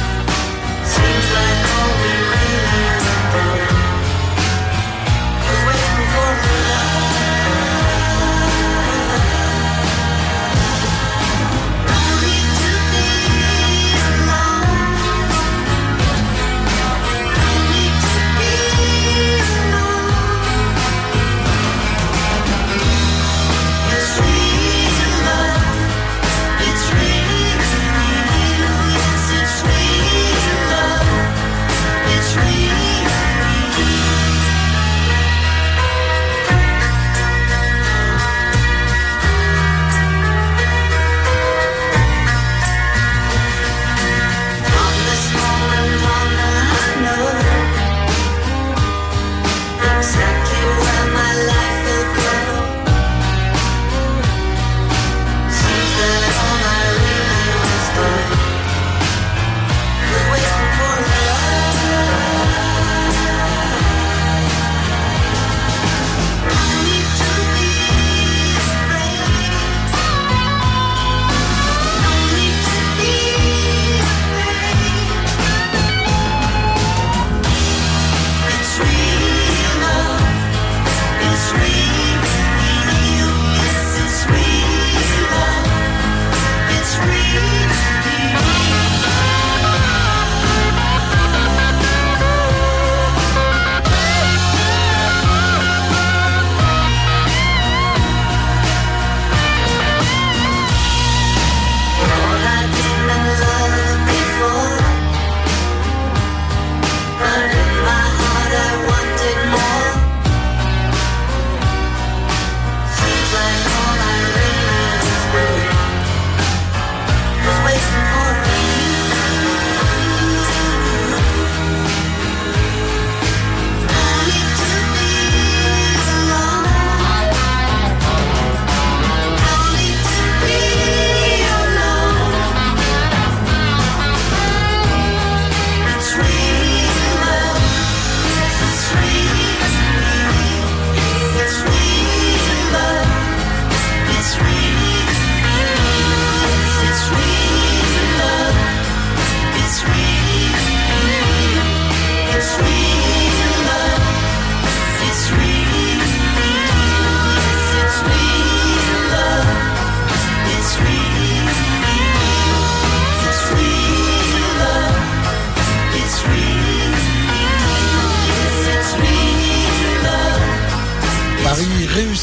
H: Seems like all we really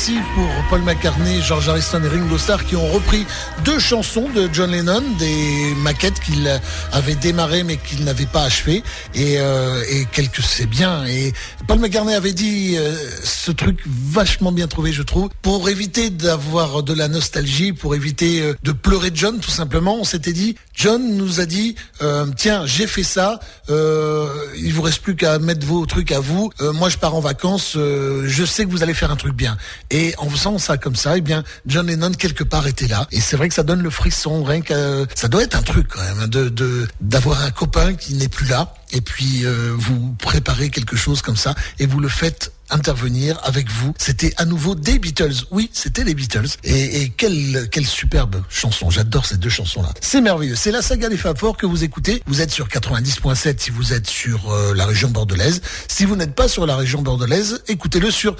A: aussi pour Paul McCartney, George Harrison et Ringo Starr qui ont repris 2 chansons de John Lennon, des maquettes qu'il avait démarrées mais qu'il n'avait pas achevées et quelques c'est bien. Et Paul McCartney avait dit ce truc vachement bien trouvé, je trouve, pour éviter d'avoir de la nostalgie, pour éviter de pleurer John tout simplement. On s'était dit, John nous a dit tiens, j'ai fait ça, il vous reste plus qu'à mettre vos trucs à vous, moi je pars en vacances, je sais que vous allez faire un truc bien. Et en faisant ça comme ça, eh bien John Lennon quelque part était là. Et c'est vrai que ça donne le frisson, rien que ça doit être un truc quand même d'avoir un copain qui n'est plus là. Et puis vous préparez quelque chose comme ça et vous le faites intervenir avec vous. C'était à nouveau des Beatles. Oui, c'était les Beatles. Et quelle superbe chanson. J'adore ces 2 chansons-là. C'est merveilleux. C'est la saga des Fab Four que vous écoutez. Vous êtes sur 90.7 si vous êtes sur la région bordelaise. Si vous n'êtes pas sur la région bordelaise, écoutez-le sur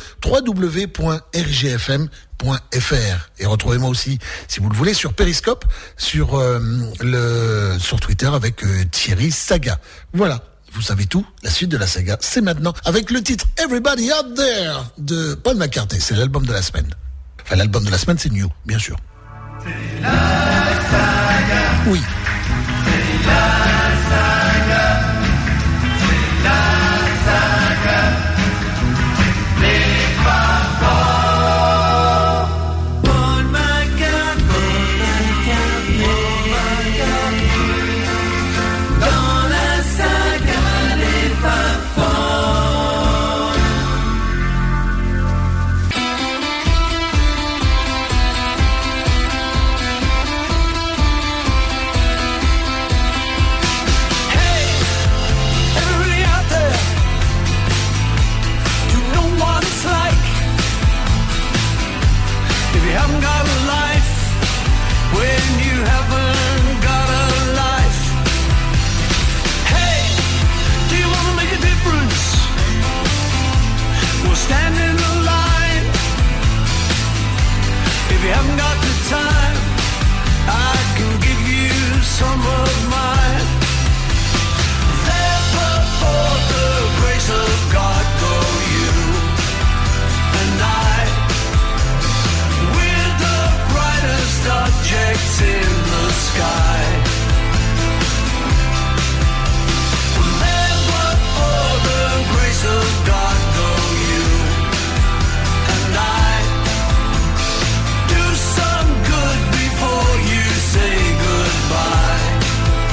A: www.rgfm.fr. Et retrouvez-moi aussi, si vous le voulez, sur Periscope, sur Twitter avec Thierry Saga. Voilà. Vous savez tout, la suite de la saga, c'est maintenant avec le titre Everybody Out There de Paul McCartney. C'est l'album de la semaine. Enfin, l'album de la semaine, c'est New, bien sûr.
J: C'est la saga.
A: Oui.
J: C'est la saga. C'est la saga. Les parents. Paul McCartney. Dans la saga des parents. Hey, everybody out there, you know what it's like. If you haven't got a life, when you haven't got a life. Hey, do you want to make a difference? Well, stand in the line. If you haven't got the time, I can give you some of mine. There before the grace of God go you and I. We're the brightest objects in the sky. There before the grace of God go you and I. Do some good before you say goodbye.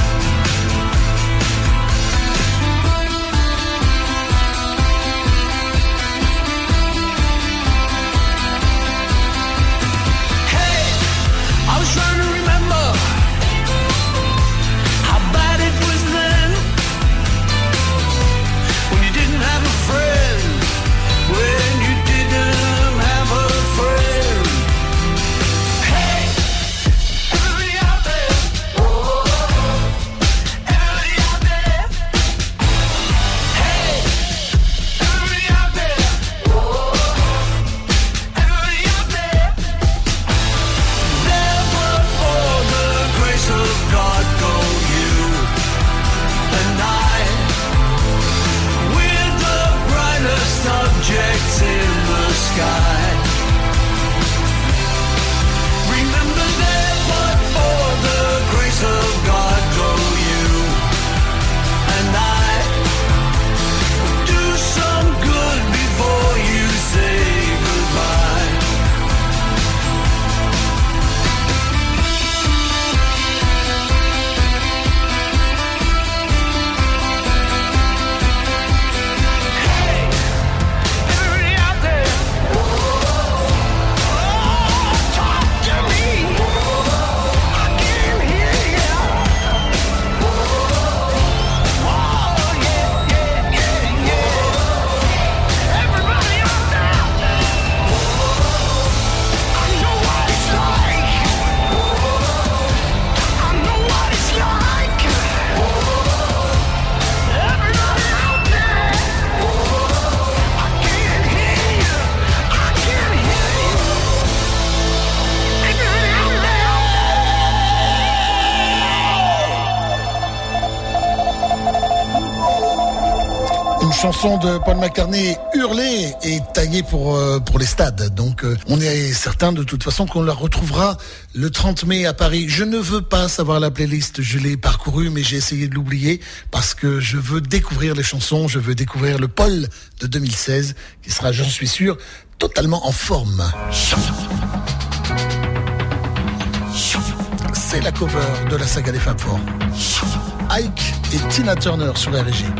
A: Une chanson de Paul McCartney hurlée et taillée pour les stades. Donc on est certain de toute façon qu'on la retrouvera le 30 mai à Paris. Je ne veux pas savoir la playlist, je l'ai parcourue mais j'ai essayé de l'oublier parce que je veux découvrir les chansons, je veux découvrir le Paul de 2016 qui sera, j'en suis sûr, totalement en forme. C'est la cover de la saga des Fab Four. Ike et Tina Turner sur la régie.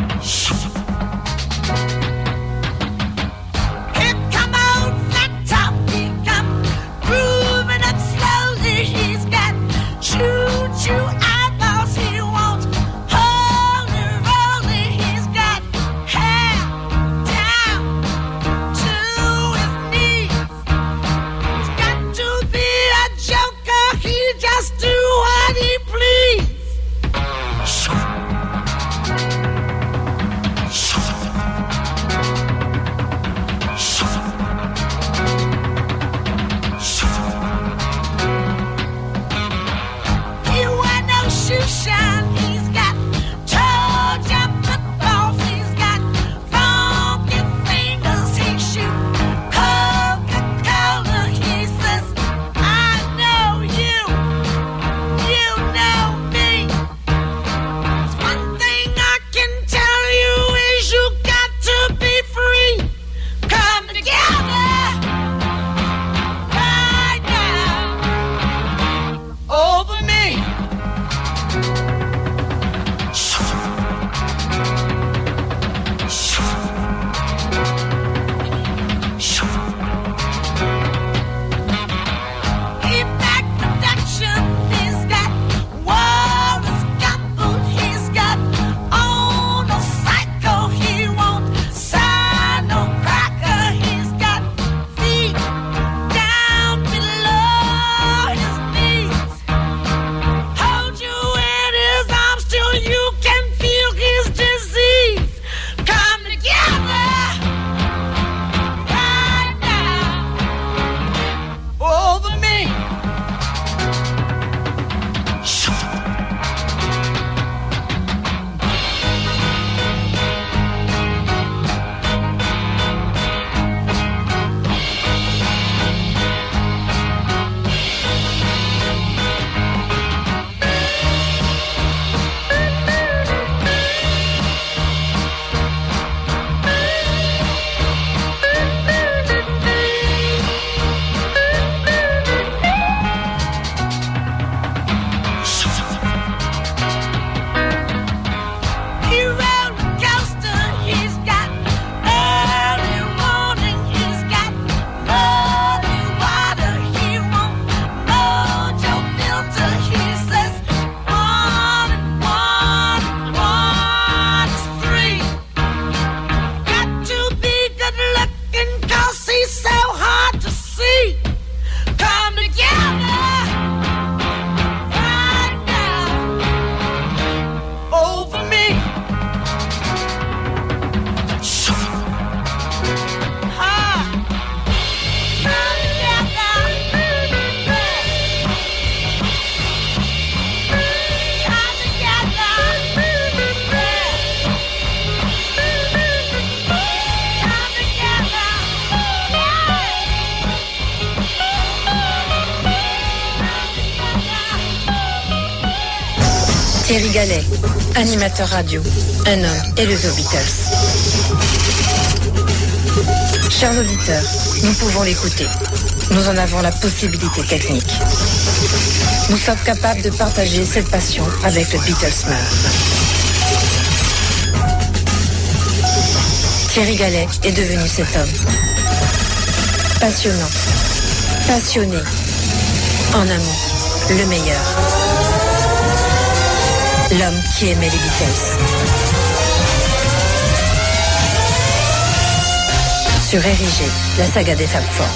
L: Thierry Gallet, animateur radio, un homme élevé aux Beatles. Chers auditeurs, nous pouvons l'écouter. Nous en avons la possibilité technique. Nous sommes capables de partager cette passion avec le Beatlesman. Thierry Gallet est devenu cet homme. Passionnant, passionné, en un mot, le meilleur. L'homme qui aimait les Beatles. Sur RIG, la saga des Fab Four.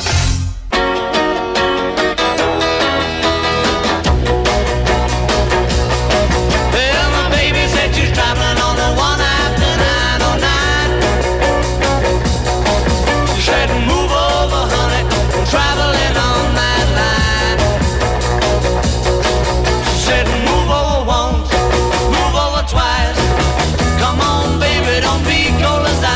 J: Come on, baby, don't be cold as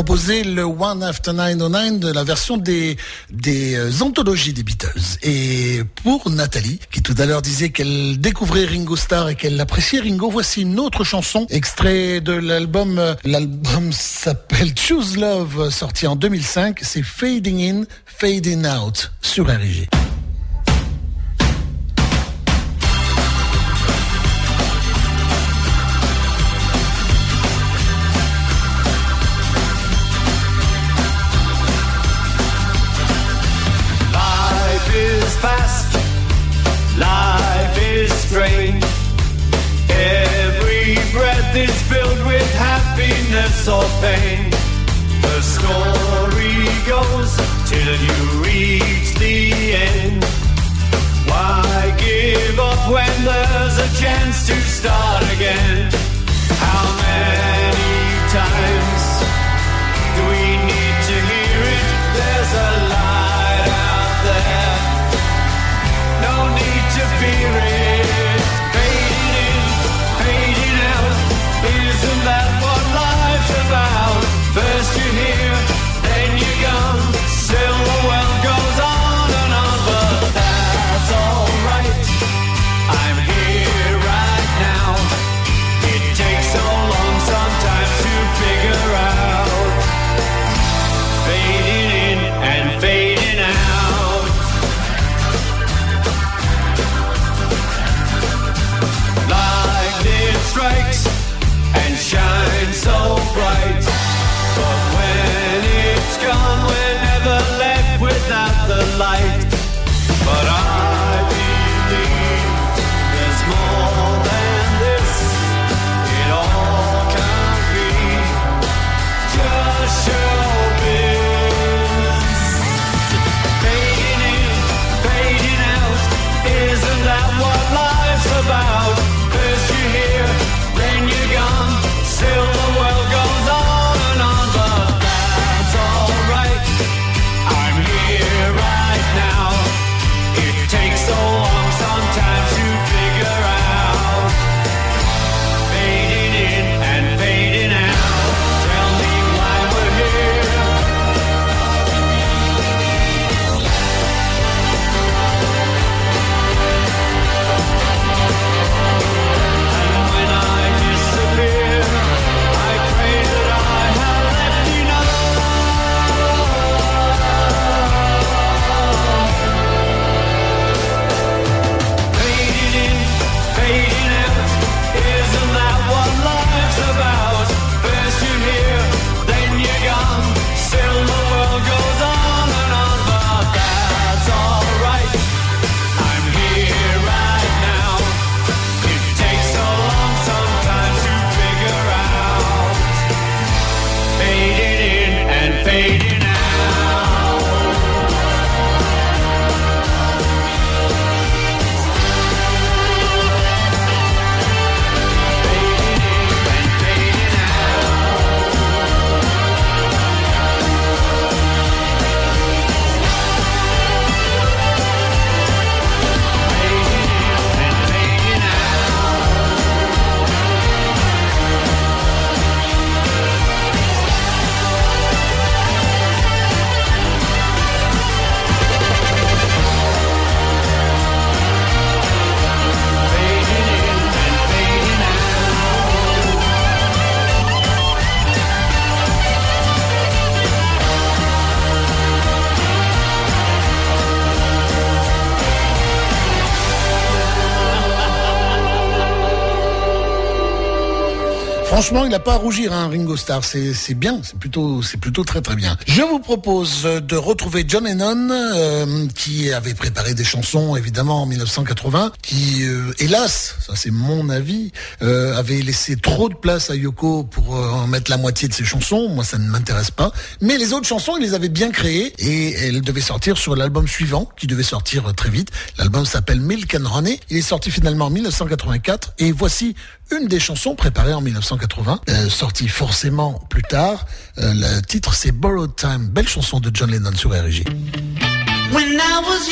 A: proposé le One After 909 de la version des anthologies des Beatles. Et pour Nathalie, qui tout à l'heure disait qu'elle découvrait Ringo Starr et qu'elle appréciait Ringo, voici une autre chanson, extrait de l'album. L'album s'appelle Choose Love, sorti en 2005. C'est Fading In, Fading Out sur RIG.
I: Fast, life is strange. Every breath is filled with happiness or pain. The story goes till you reach the end. Why give up when there's a chance to start again? How many times do we need to hear it? There's a light out there. No need to fear it. Fading in, fading out. Isn't that what life's about? First you're here, then you're gone. Still the world goes on and on, but that's alright. I'm here right now. It takes so long sometimes to figure out. Fading in and fading out. Strikes and shines so bright, but when it's gone we're never left without the light. But I believe there's more than this. It all can't be just showbiz. Fading in, fading out. Isn't that what life's about? First you're here, then you're gone. Still the world goes on and on, but that's alright. I'm here right now. It takes so long sometimes to figure out. Fading in and fading out. Tell me why we're here.
A: Franchement, il n'a pas à rougir, hein, Ringo Starr. C'est bien, c'est plutôt très très bien. Je vous propose de retrouver John Lennon, qui avait préparé des chansons, évidemment, en 1980, qui, hélas, ça c'est mon avis, avait laissé trop de place à Yoko pour en mettre la moitié de ses chansons. Moi, ça ne m'intéresse pas. Mais les autres chansons, il les avait bien créées et elles devaient sortir sur l'album suivant, qui devait sortir très vite. L'album s'appelle Milk and Honey. Il est sorti finalement en 1984 et voici une des chansons préparées en 1980, sortie forcément plus tard. Le titre c'est Borrowed Time, belle chanson de John Lennon sur RIG.
J: When I was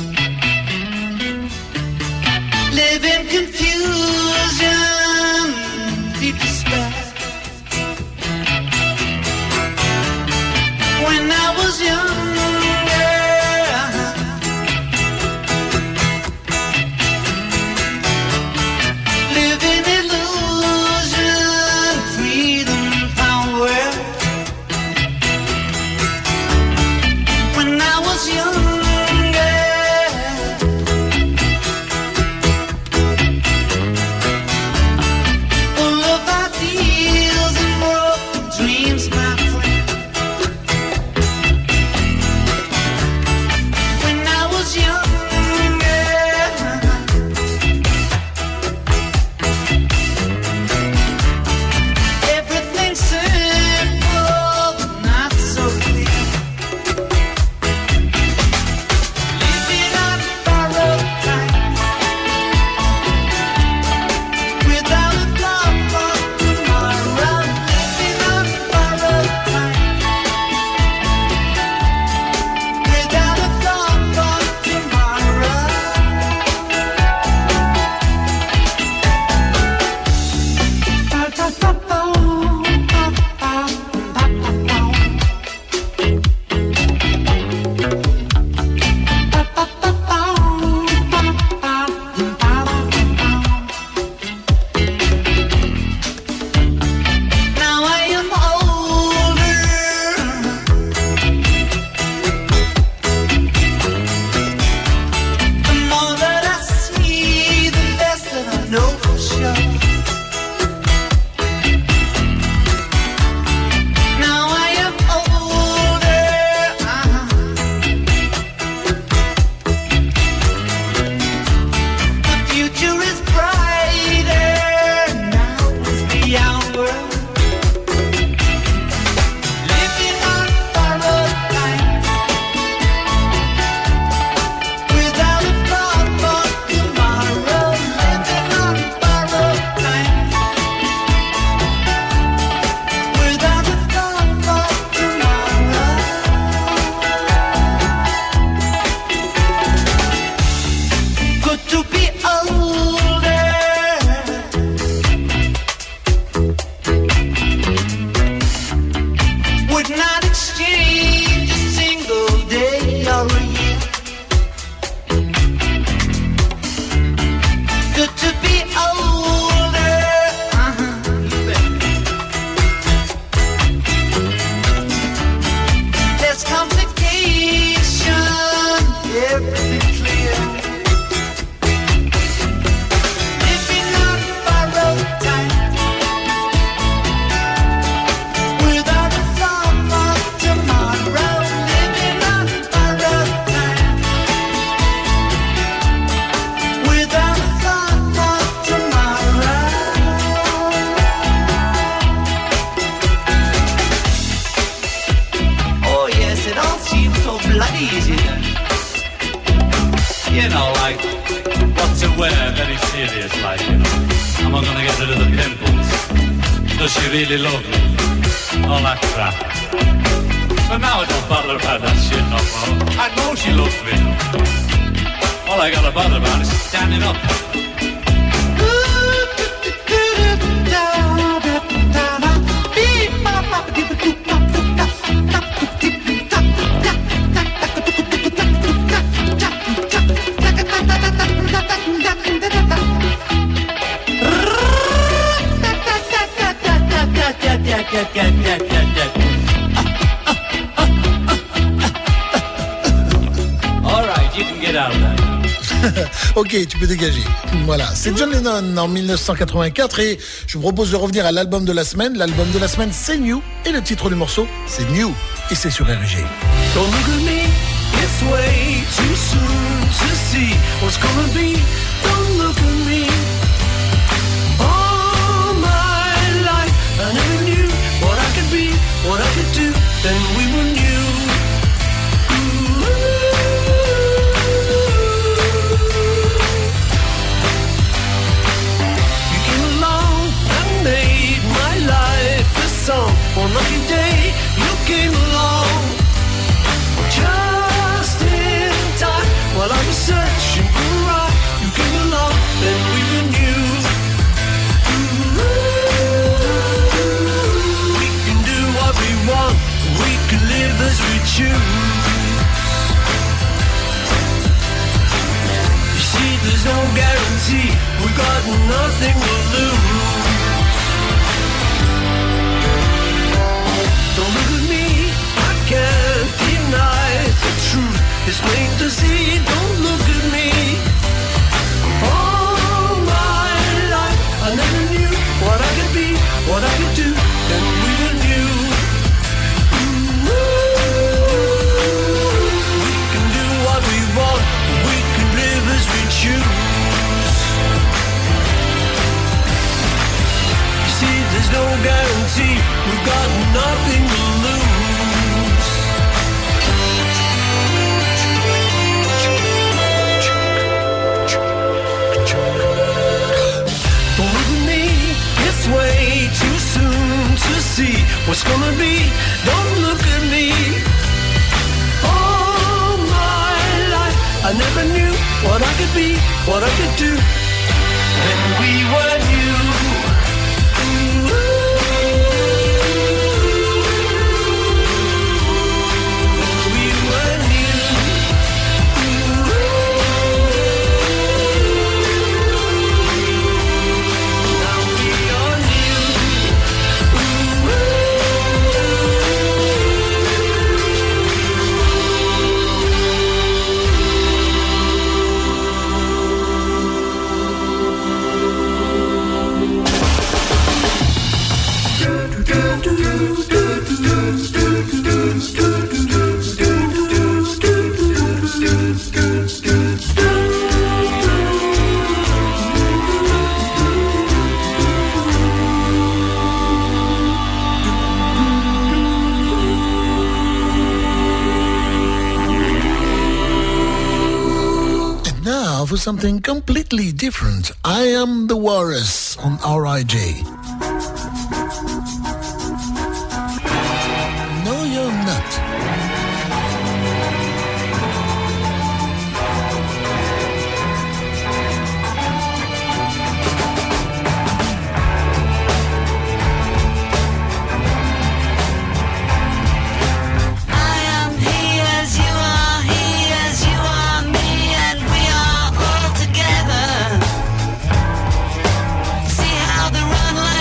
J: younger, live in confusion.
M: serious like, you know. Am I gonna get rid of the pimples? Does she really love me? All that crap. But now I don't bother about that shit no more. I know she loves me. All I gotta bother about is standing up. All right, you can get out of that.
A: Ok, tu peux dégager. Voilà, c'est John Lennon en 1984 et je vous propose de revenir à l'album de la semaine. L'album de la semaine, c'est New et le titre du morceau, c'est New et c'est sur RG.
J: Don't look at me, it's way too soon to see what's gonna be. Don't look at me. All my life I never knew what I could be, what I could do, then we were new. One lucky day you came along, just in time while I was searching for a ride. You came along, then we were new. We can do what we want, we can live as we choose. You see, there's no guarantee, we've got nothing to lose. Don't look at me, I can't deny the truth. It's plain to see, don't look at me. All my life I never knew what I could be, what I could do, then we were new. We can do what we want, we can live as we choose. You see, there's no guarantee, we've got nothing to lose. Don't look at me, it's way too soon to see what's gonna be. Don't look at me. All my life I never knew what I could be, what I could do, when we were new.
A: For something completely different. I Am the Walrus on RIJ. No, you're not.
H: See how they run like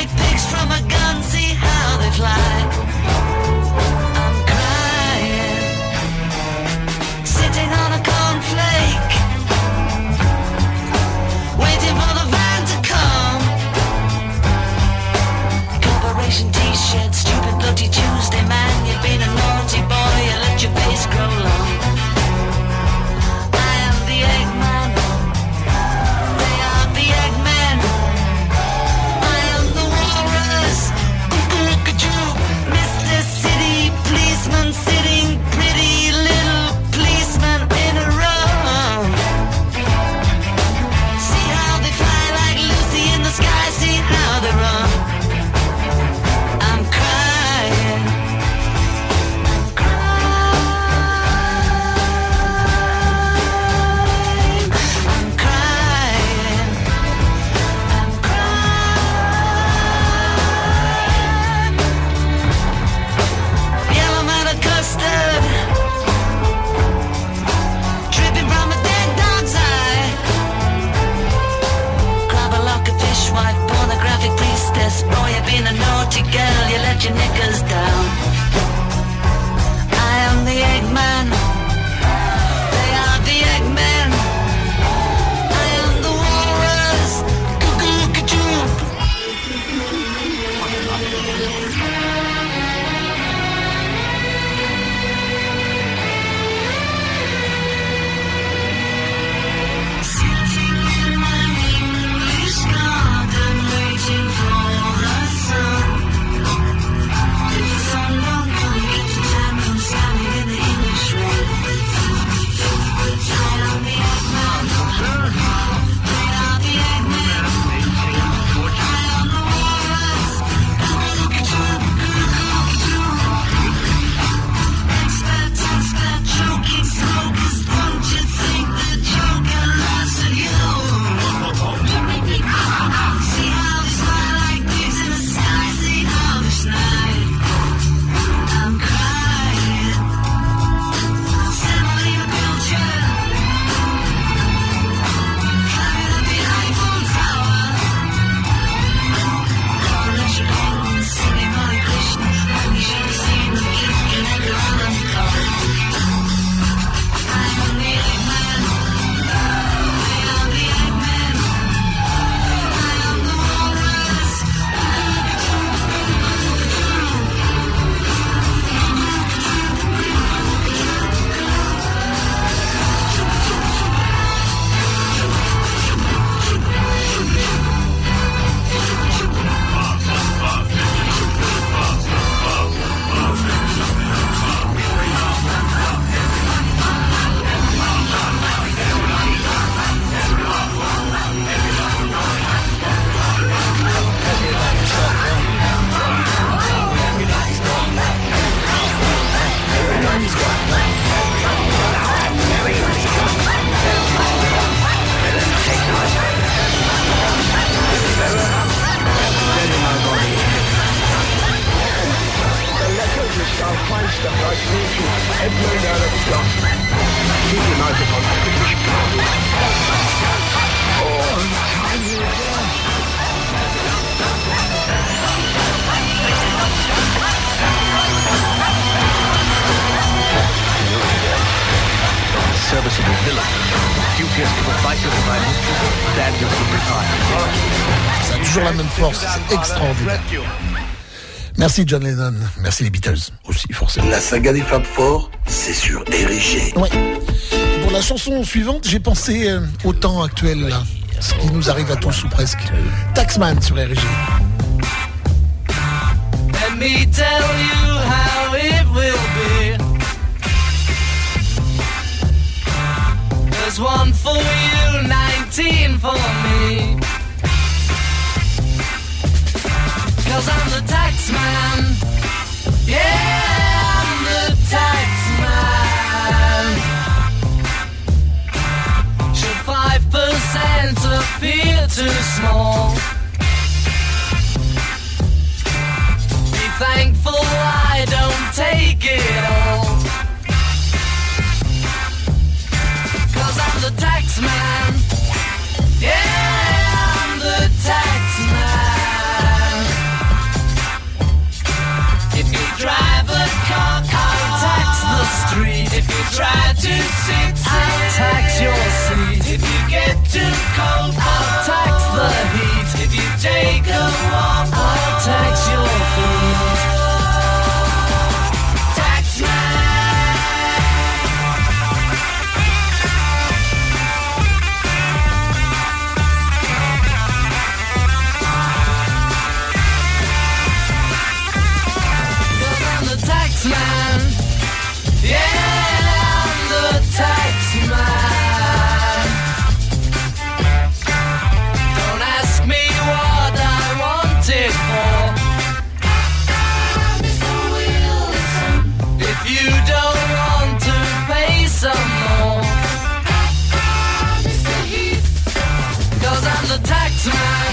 N: everywhere now that was gone. Keep your knife upon the British people. Oh, I'm telling you again.
O: Serviceable villain. Dubious to the fighters of my mistress, Daniel will retire.
A: Ça a toujours la même force, c'est extraordinaire. Merci John Lennon, merci les Beatles aussi forcément.
G: La saga des Fab Four, c'est sur RG.
A: Ouais. Pour la chanson suivante, j'ai pensé au temps actuel là, ce qui nous arrive à tous ou presque. Taxman sur RG.
D: Let me tell you how it will be. There's one for you, 19 for me. 'Cause I'm the tax man. Yeah, I'm the tax man. Should 5% appear too small? Be thankful I don't take it all. 'Cause I'm the tax man. Yeah, I'm the tax man. If you drive a car, I'll tax the street. If you try to sit, I'll tax your seat. If you get too cold, I'll tax the heat. If you take a walk, I'll tax your feet. Tax man. Man. Yeah, I'm the tax man. Don't ask me what I want it for. Mr. Wilson. If you don't want to pay some more. Mr. Heath. 'Cause I'm the tax man.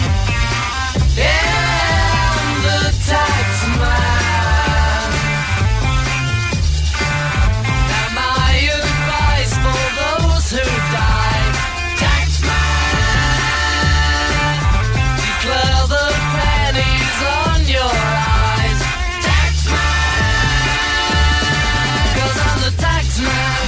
D: Yeah, I'm the tax man. Who died? Taxman! Declare the pennies on your eyes. Taxman! 'Cause I'm the taxman.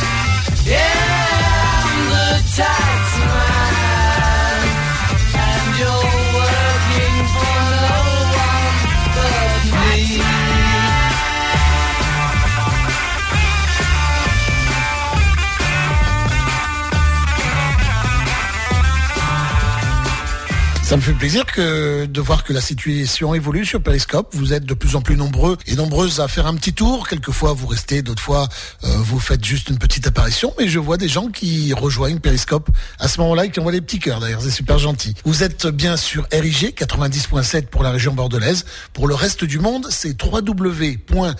D: Yeah, I'm the taxman. And you're working for no one but me.
A: Ça me fait plaisir de voir que la situation évolue sur Periscope. Vous êtes de plus en plus nombreux et nombreuses à faire un petit tour. Quelquefois, vous restez, d'autres fois, vous faites juste une petite apparition. Mais je vois des gens qui rejoignent Periscope à ce moment-là et qui envoient des petits cœurs. D'ailleurs, c'est super gentil. Vous êtes bien sur RIG 90.7 pour la région bordelaise. Pour le reste du monde, c'est www.rigfm.fr.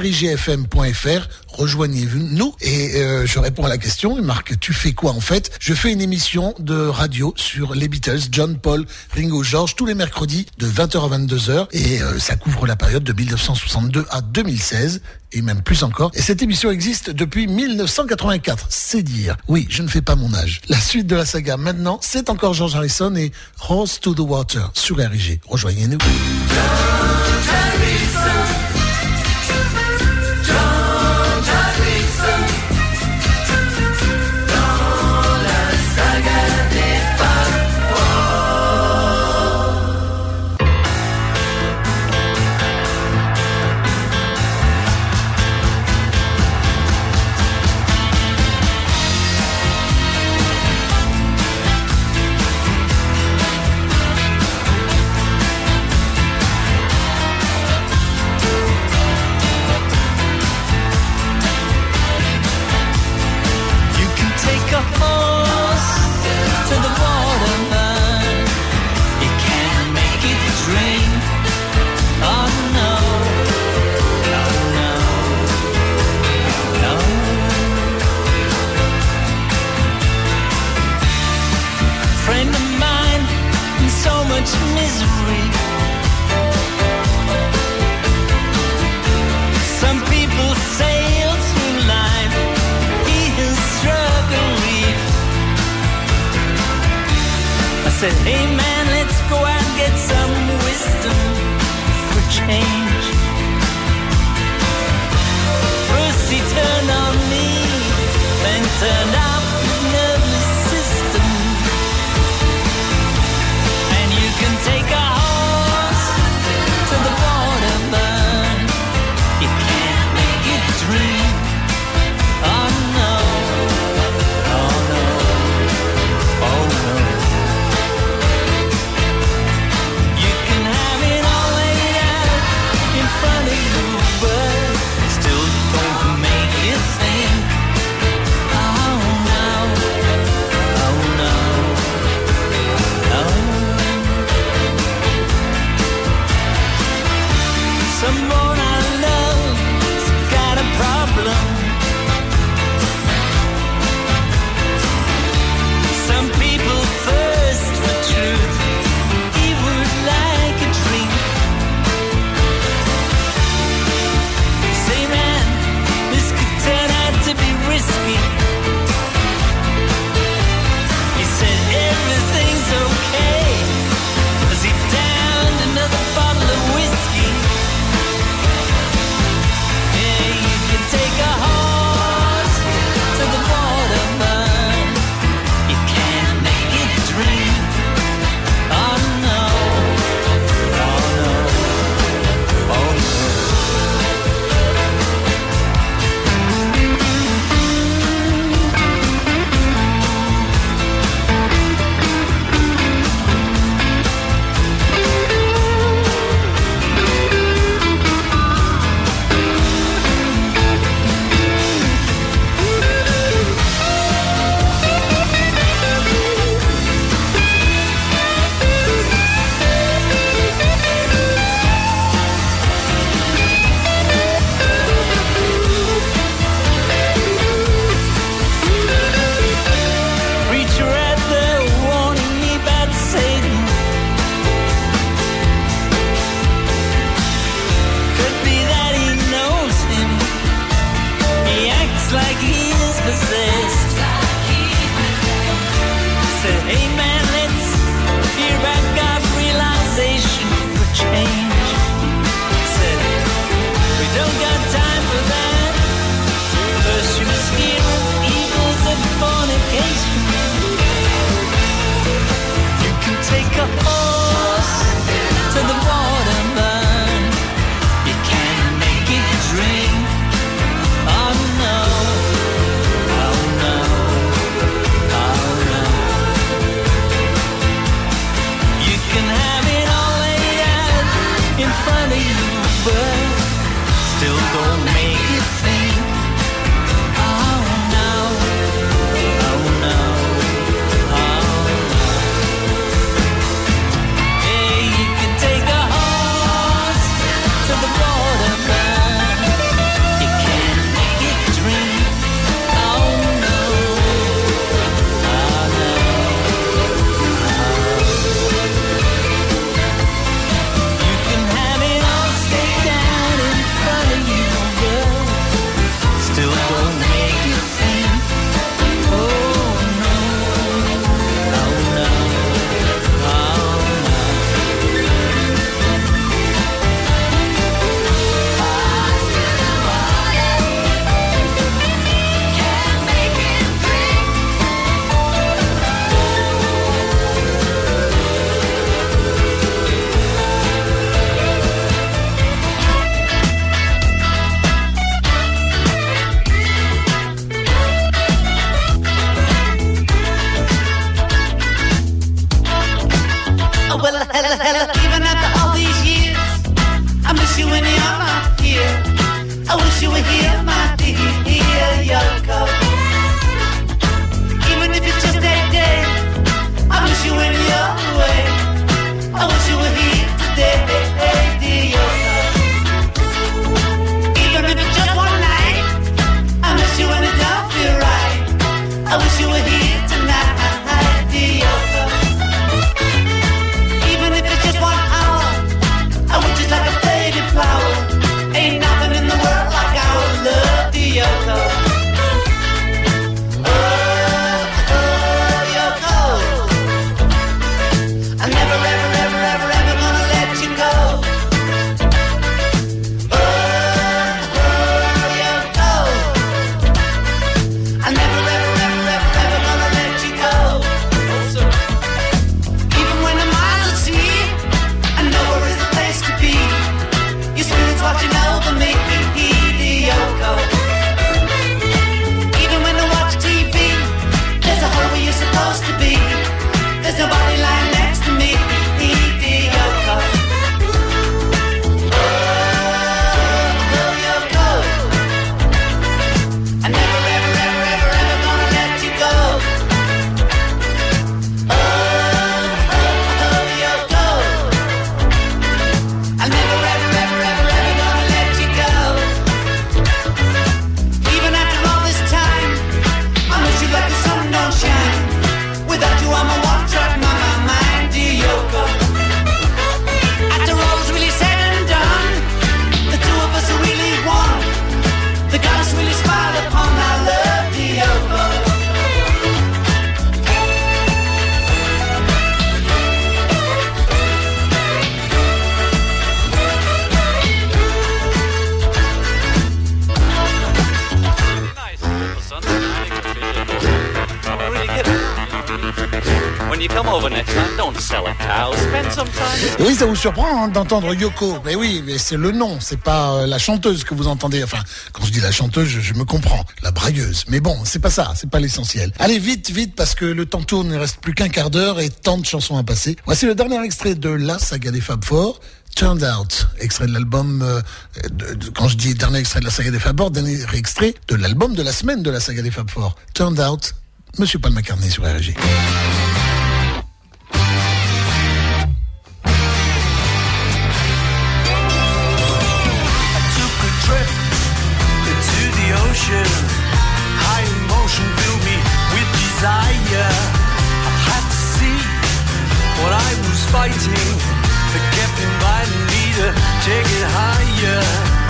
A: Rejoignez-nous. Et je réponds à la question. Marc, tu fais quoi en fait? Je fais une émission de radio sur les Beatles, John, Paul, Ringo, George, tous les mercredis de 20h à 22h et ça couvre la période de 1962 à 2016 et même plus encore. Et cette émission existe depuis 1984, c'est dire. Oui, je ne fais pas mon âge. La suite de la saga maintenant, c'est encore George Harrison et Horse to the Water sur RIG. Rejoignez-nous.
J: Said, hey man, let's go out and get some wisdom for change. First he turned on me, then turned off his nervous system. And you can take a horse to the border, but you can't make it dream. Oh no, oh no, oh no. You can have it all laid out in front of you, but still don't make you think. Oh no, oh no, oh. Someone I love's got a problem. Some people thirst for truth. He would like a drink. Say man, this could turn out to be risky. He said everything's okay as he downed another bottle of whiskey. Yeah, you can take a horse to the border, but you can't make it dream. Oh no, oh no, oh no. Preacher out there warning me about Satan. Could be that he knows him. He acts like he is possessed. Said, hey man, let's hear about God's realization for change. Said, we don't got time for that. First you must hear of evils of fornication. You can take a horse to the water, but you can't make it drink. Oh no, oh no, oh no. You can have it all laid out in front of you, but still don't make it think. Oh no, oh no, oh no. Yeah, you can take a horse to the border, but you can't make it dream. Oh no, oh no, you can have it all staked out in front of you, but still don't make you think. Oh no, oh no, oh no.
P: Oh, well, hella, even after all these years, I miss you when you're not here. I wish you were here, my dear Yoko. Even if it's just that day, I miss you when you're away. I wish you were here today, dear Yoko. Even if it's just one night, I miss you when it don't feel right. I wish you were here tonight, dear Yoko. Even if it's just 1 hour, I would just like a faded flower. Ain't nothing in the world like our love.
Q: over next time. Don't sell a cow. Spend some time.
A: Et oui, ça vous surprend d'entendre Yoko. Mais oui, mais c'est le nom, c'est pas la chanteuse que vous entendez. Enfin, quand je dis la chanteuse, je me comprends, la brailleuse. Mais bon, c'est pas ça, c'est pas l'essentiel. Allez, vite, parce que le temps tourne, il ne reste plus qu'un quart d'heure et tant de chansons à passer. Voici le dernier extrait de la saga des Fab Four. Turned Out, extrait de l'album, quand je dis dernier extrait de la saga des Fab Four, dernier extrait de l'album de la semaine de la saga des Fab Four. Turned Out, Monsieur Paul McCartney sur RG.
J: Ocean, high emotion filled me with desire. I had to see what I was fighting that kept inviting me to take it higher.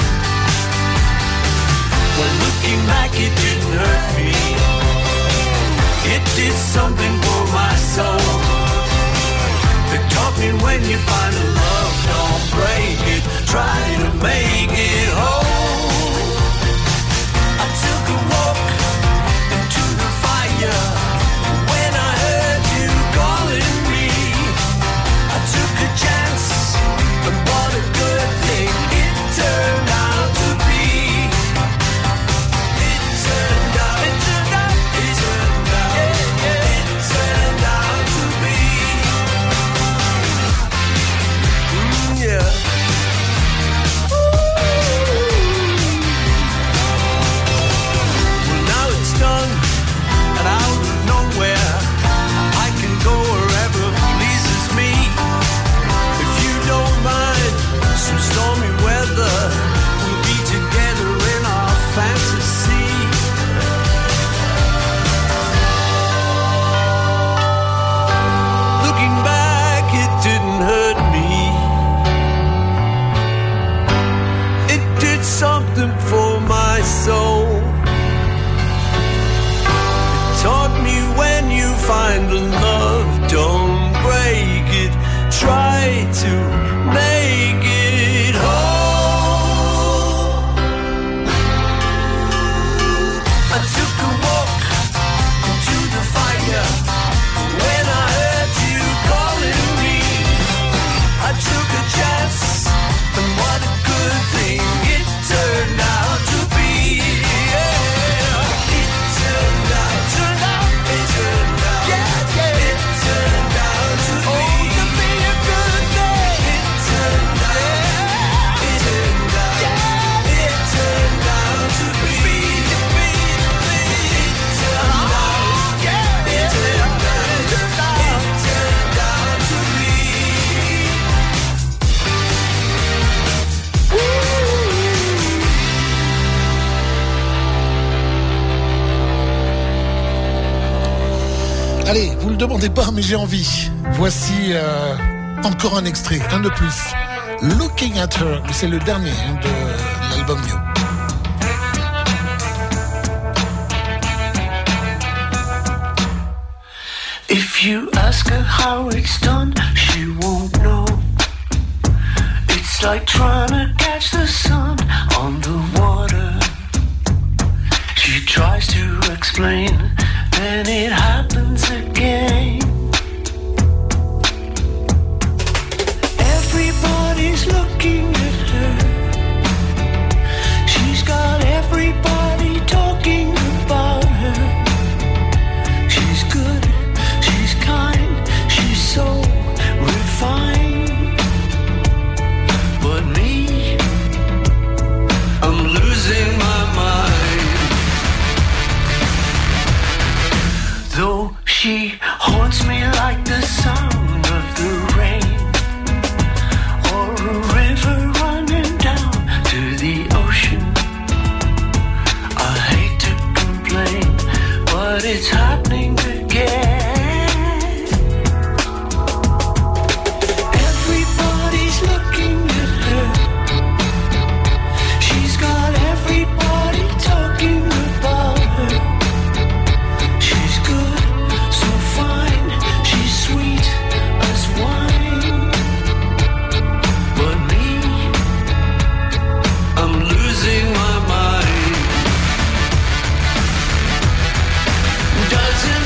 J: Well, looking back, it didn't hurt me. It did something for my soul. It taught me when you find a love, don't break it. Try to make it whole. I took a walk into the fire when I heard you calling me. I took a chance, and what a good thing it turned out to be. It turned out to be. Yeah. Something for my soul. It taught me when you find a love, don't break it. Try to make it whole. I took a walk into the fire when I heard you calling me. I took a chance, and what a good thing it turned out to be. Yeah. It turned out, it turned out, yeah, it turned out to be a good thing. It turned out, it turned out, yeah, it turned out to be. It turned out, yeah, it turned out to be.
A: Allez, vous le demandez pas, mais j'ai envie. Voici encore un extrait, un de plus. Looking at Her, c'est le dernier de l'album New.
J: If you ask her how it's done, she won't know. It's like trying to catch the sun on the water. She tries to explain, then it happens again. Everybody's looking at her. She's got everybody talking about her. She's good, she's kind, she's so refined. But me, I'm losing my mind. Though she haunts me like the sound of the rain, or a river running down to the ocean. I hate to complain, but it's happening again. Everybody's looking at her. She's got everybody talking about her. She's good, so fine, she's sweet as wine. But me, I'm losing my mind. Doesn't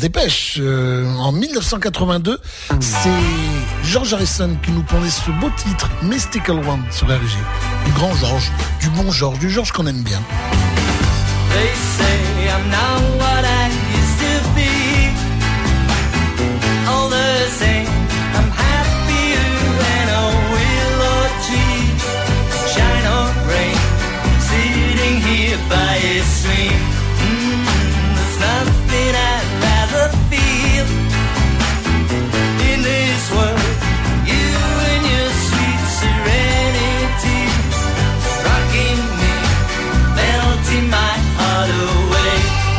A: dépêche. En 1982, c'est George Harrison qui nous pondait ce beau titre, Mystical One, sur RG. Du grand George, du bon George, du George qu'on aime bien.
P: They say I'm not what I used to be. All the same, I'm happier than a willow tree. Shine or rain, sitting here by a stream. There's nothing I'd rather feel in this world. You and your sweet serenity, rocking me, melting my heart away.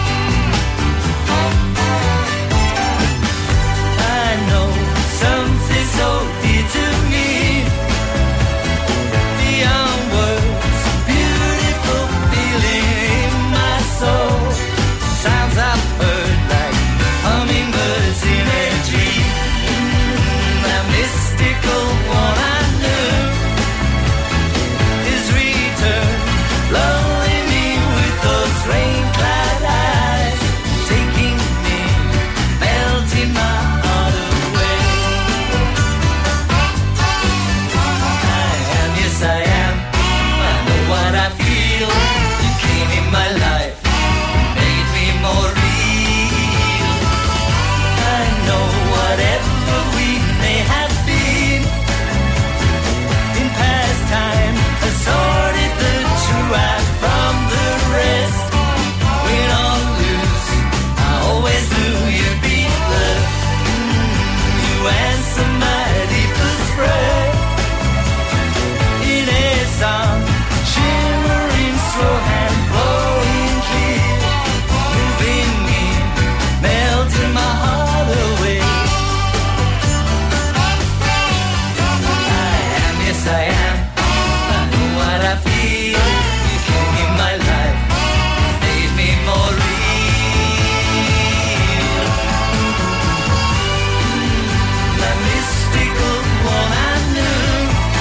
P: I know something so dear to me, beyond words, beautiful feeling in my soul. Sounds I've heard like hummingbirds in a tree. That mystical one I knew is returned, blowing me with those rain-clad eyes, taking me, melting my heart away. I am, yes I am, I know what I feel. You came in my life, made me more real. I know whatever we may have been in past time has sorted the true out from the rest. Win or lose, I always knew you'd be there. You answer my deepest prayer in a song, shimmering slow and flowing clear, moving me, melting my heart away. I am, yes I am, I know what I feel. You came in my life, made me more real. The mystical one I knew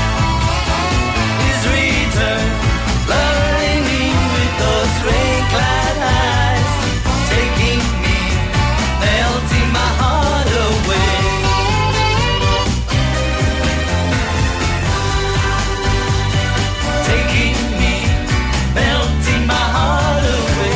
P: is returned, blurring me with those rain-clad eyes, taking me, melting my heart away. Taking me, melting my heart away.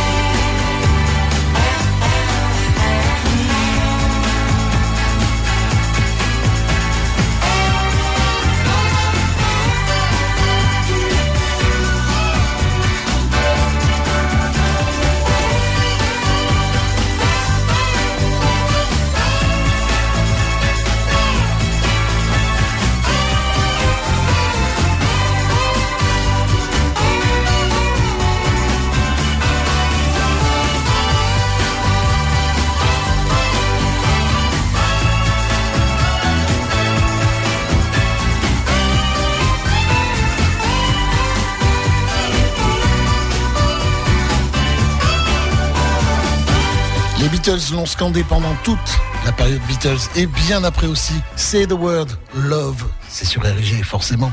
A: Les Beatles l'ont scandé pendant toute la période Beatles et bien après aussi. Say the word love, c'est sur RG forcément.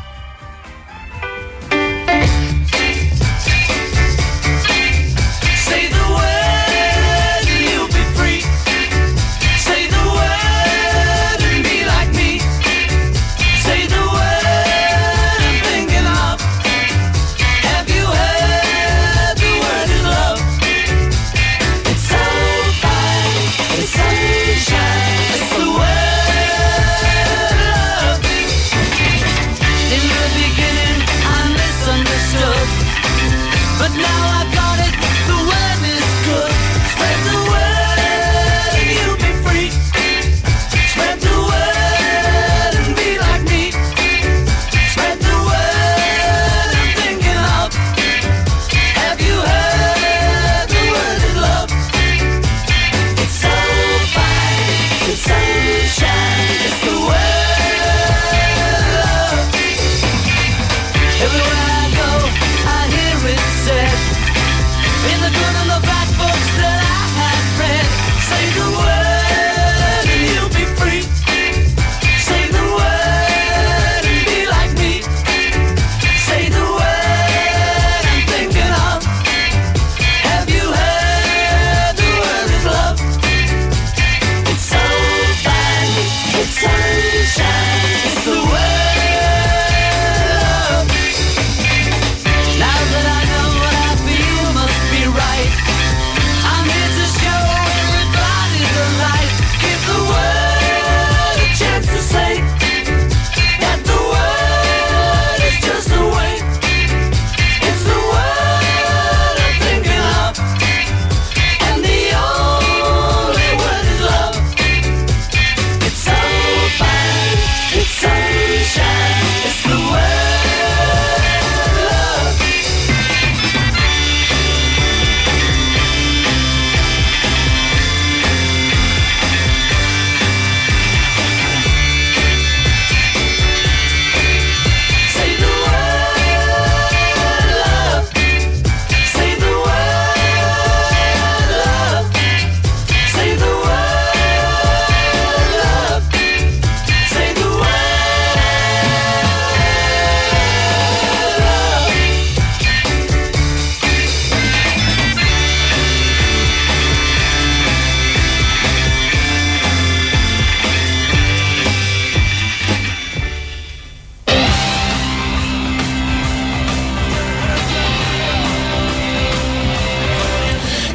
P: Say the word and you'll be free. Say the word and be like me. Say the word I'm thinking of. Have you heard the word is love? It's so fine, it's sunshine. It's the word love. In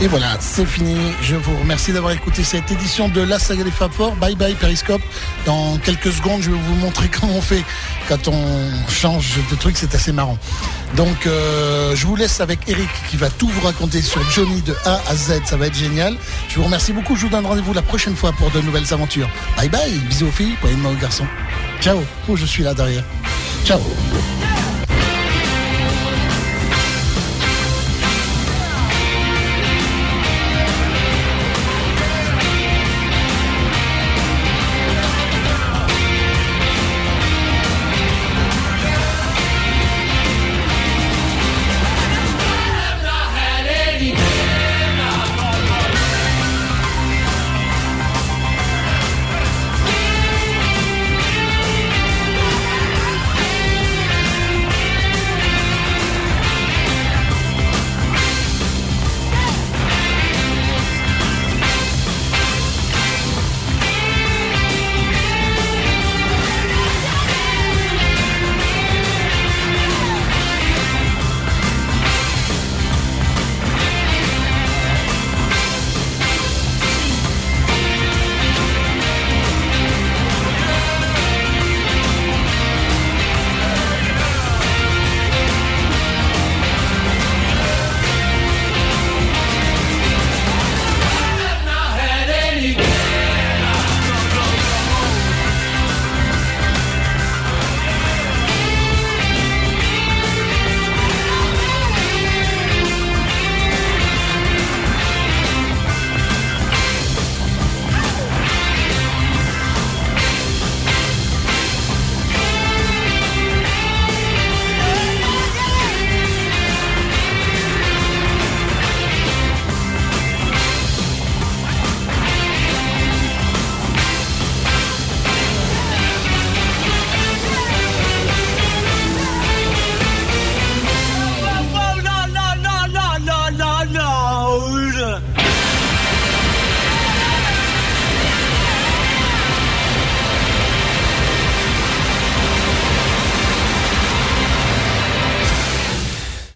A: Et voilà, c'est fini. Je vous remercie d'avoir écouté cette édition de la saga des Fab Four. Bye bye Periscope. Dans quelques secondes, je vais vous montrer comment on fait quand on change de truc. C'est assez marrant. Donc, je vous laisse avec Eric qui va tout vous raconter sur Johnny de A à Z. Ça va être génial. Je vous remercie beaucoup. Je vous donne rendez-vous la prochaine fois pour de nouvelles aventures. Bye bye. Bisous aux filles. Prenez-moi aux garçons. Ciao. Oh, je suis là derrière. Ciao.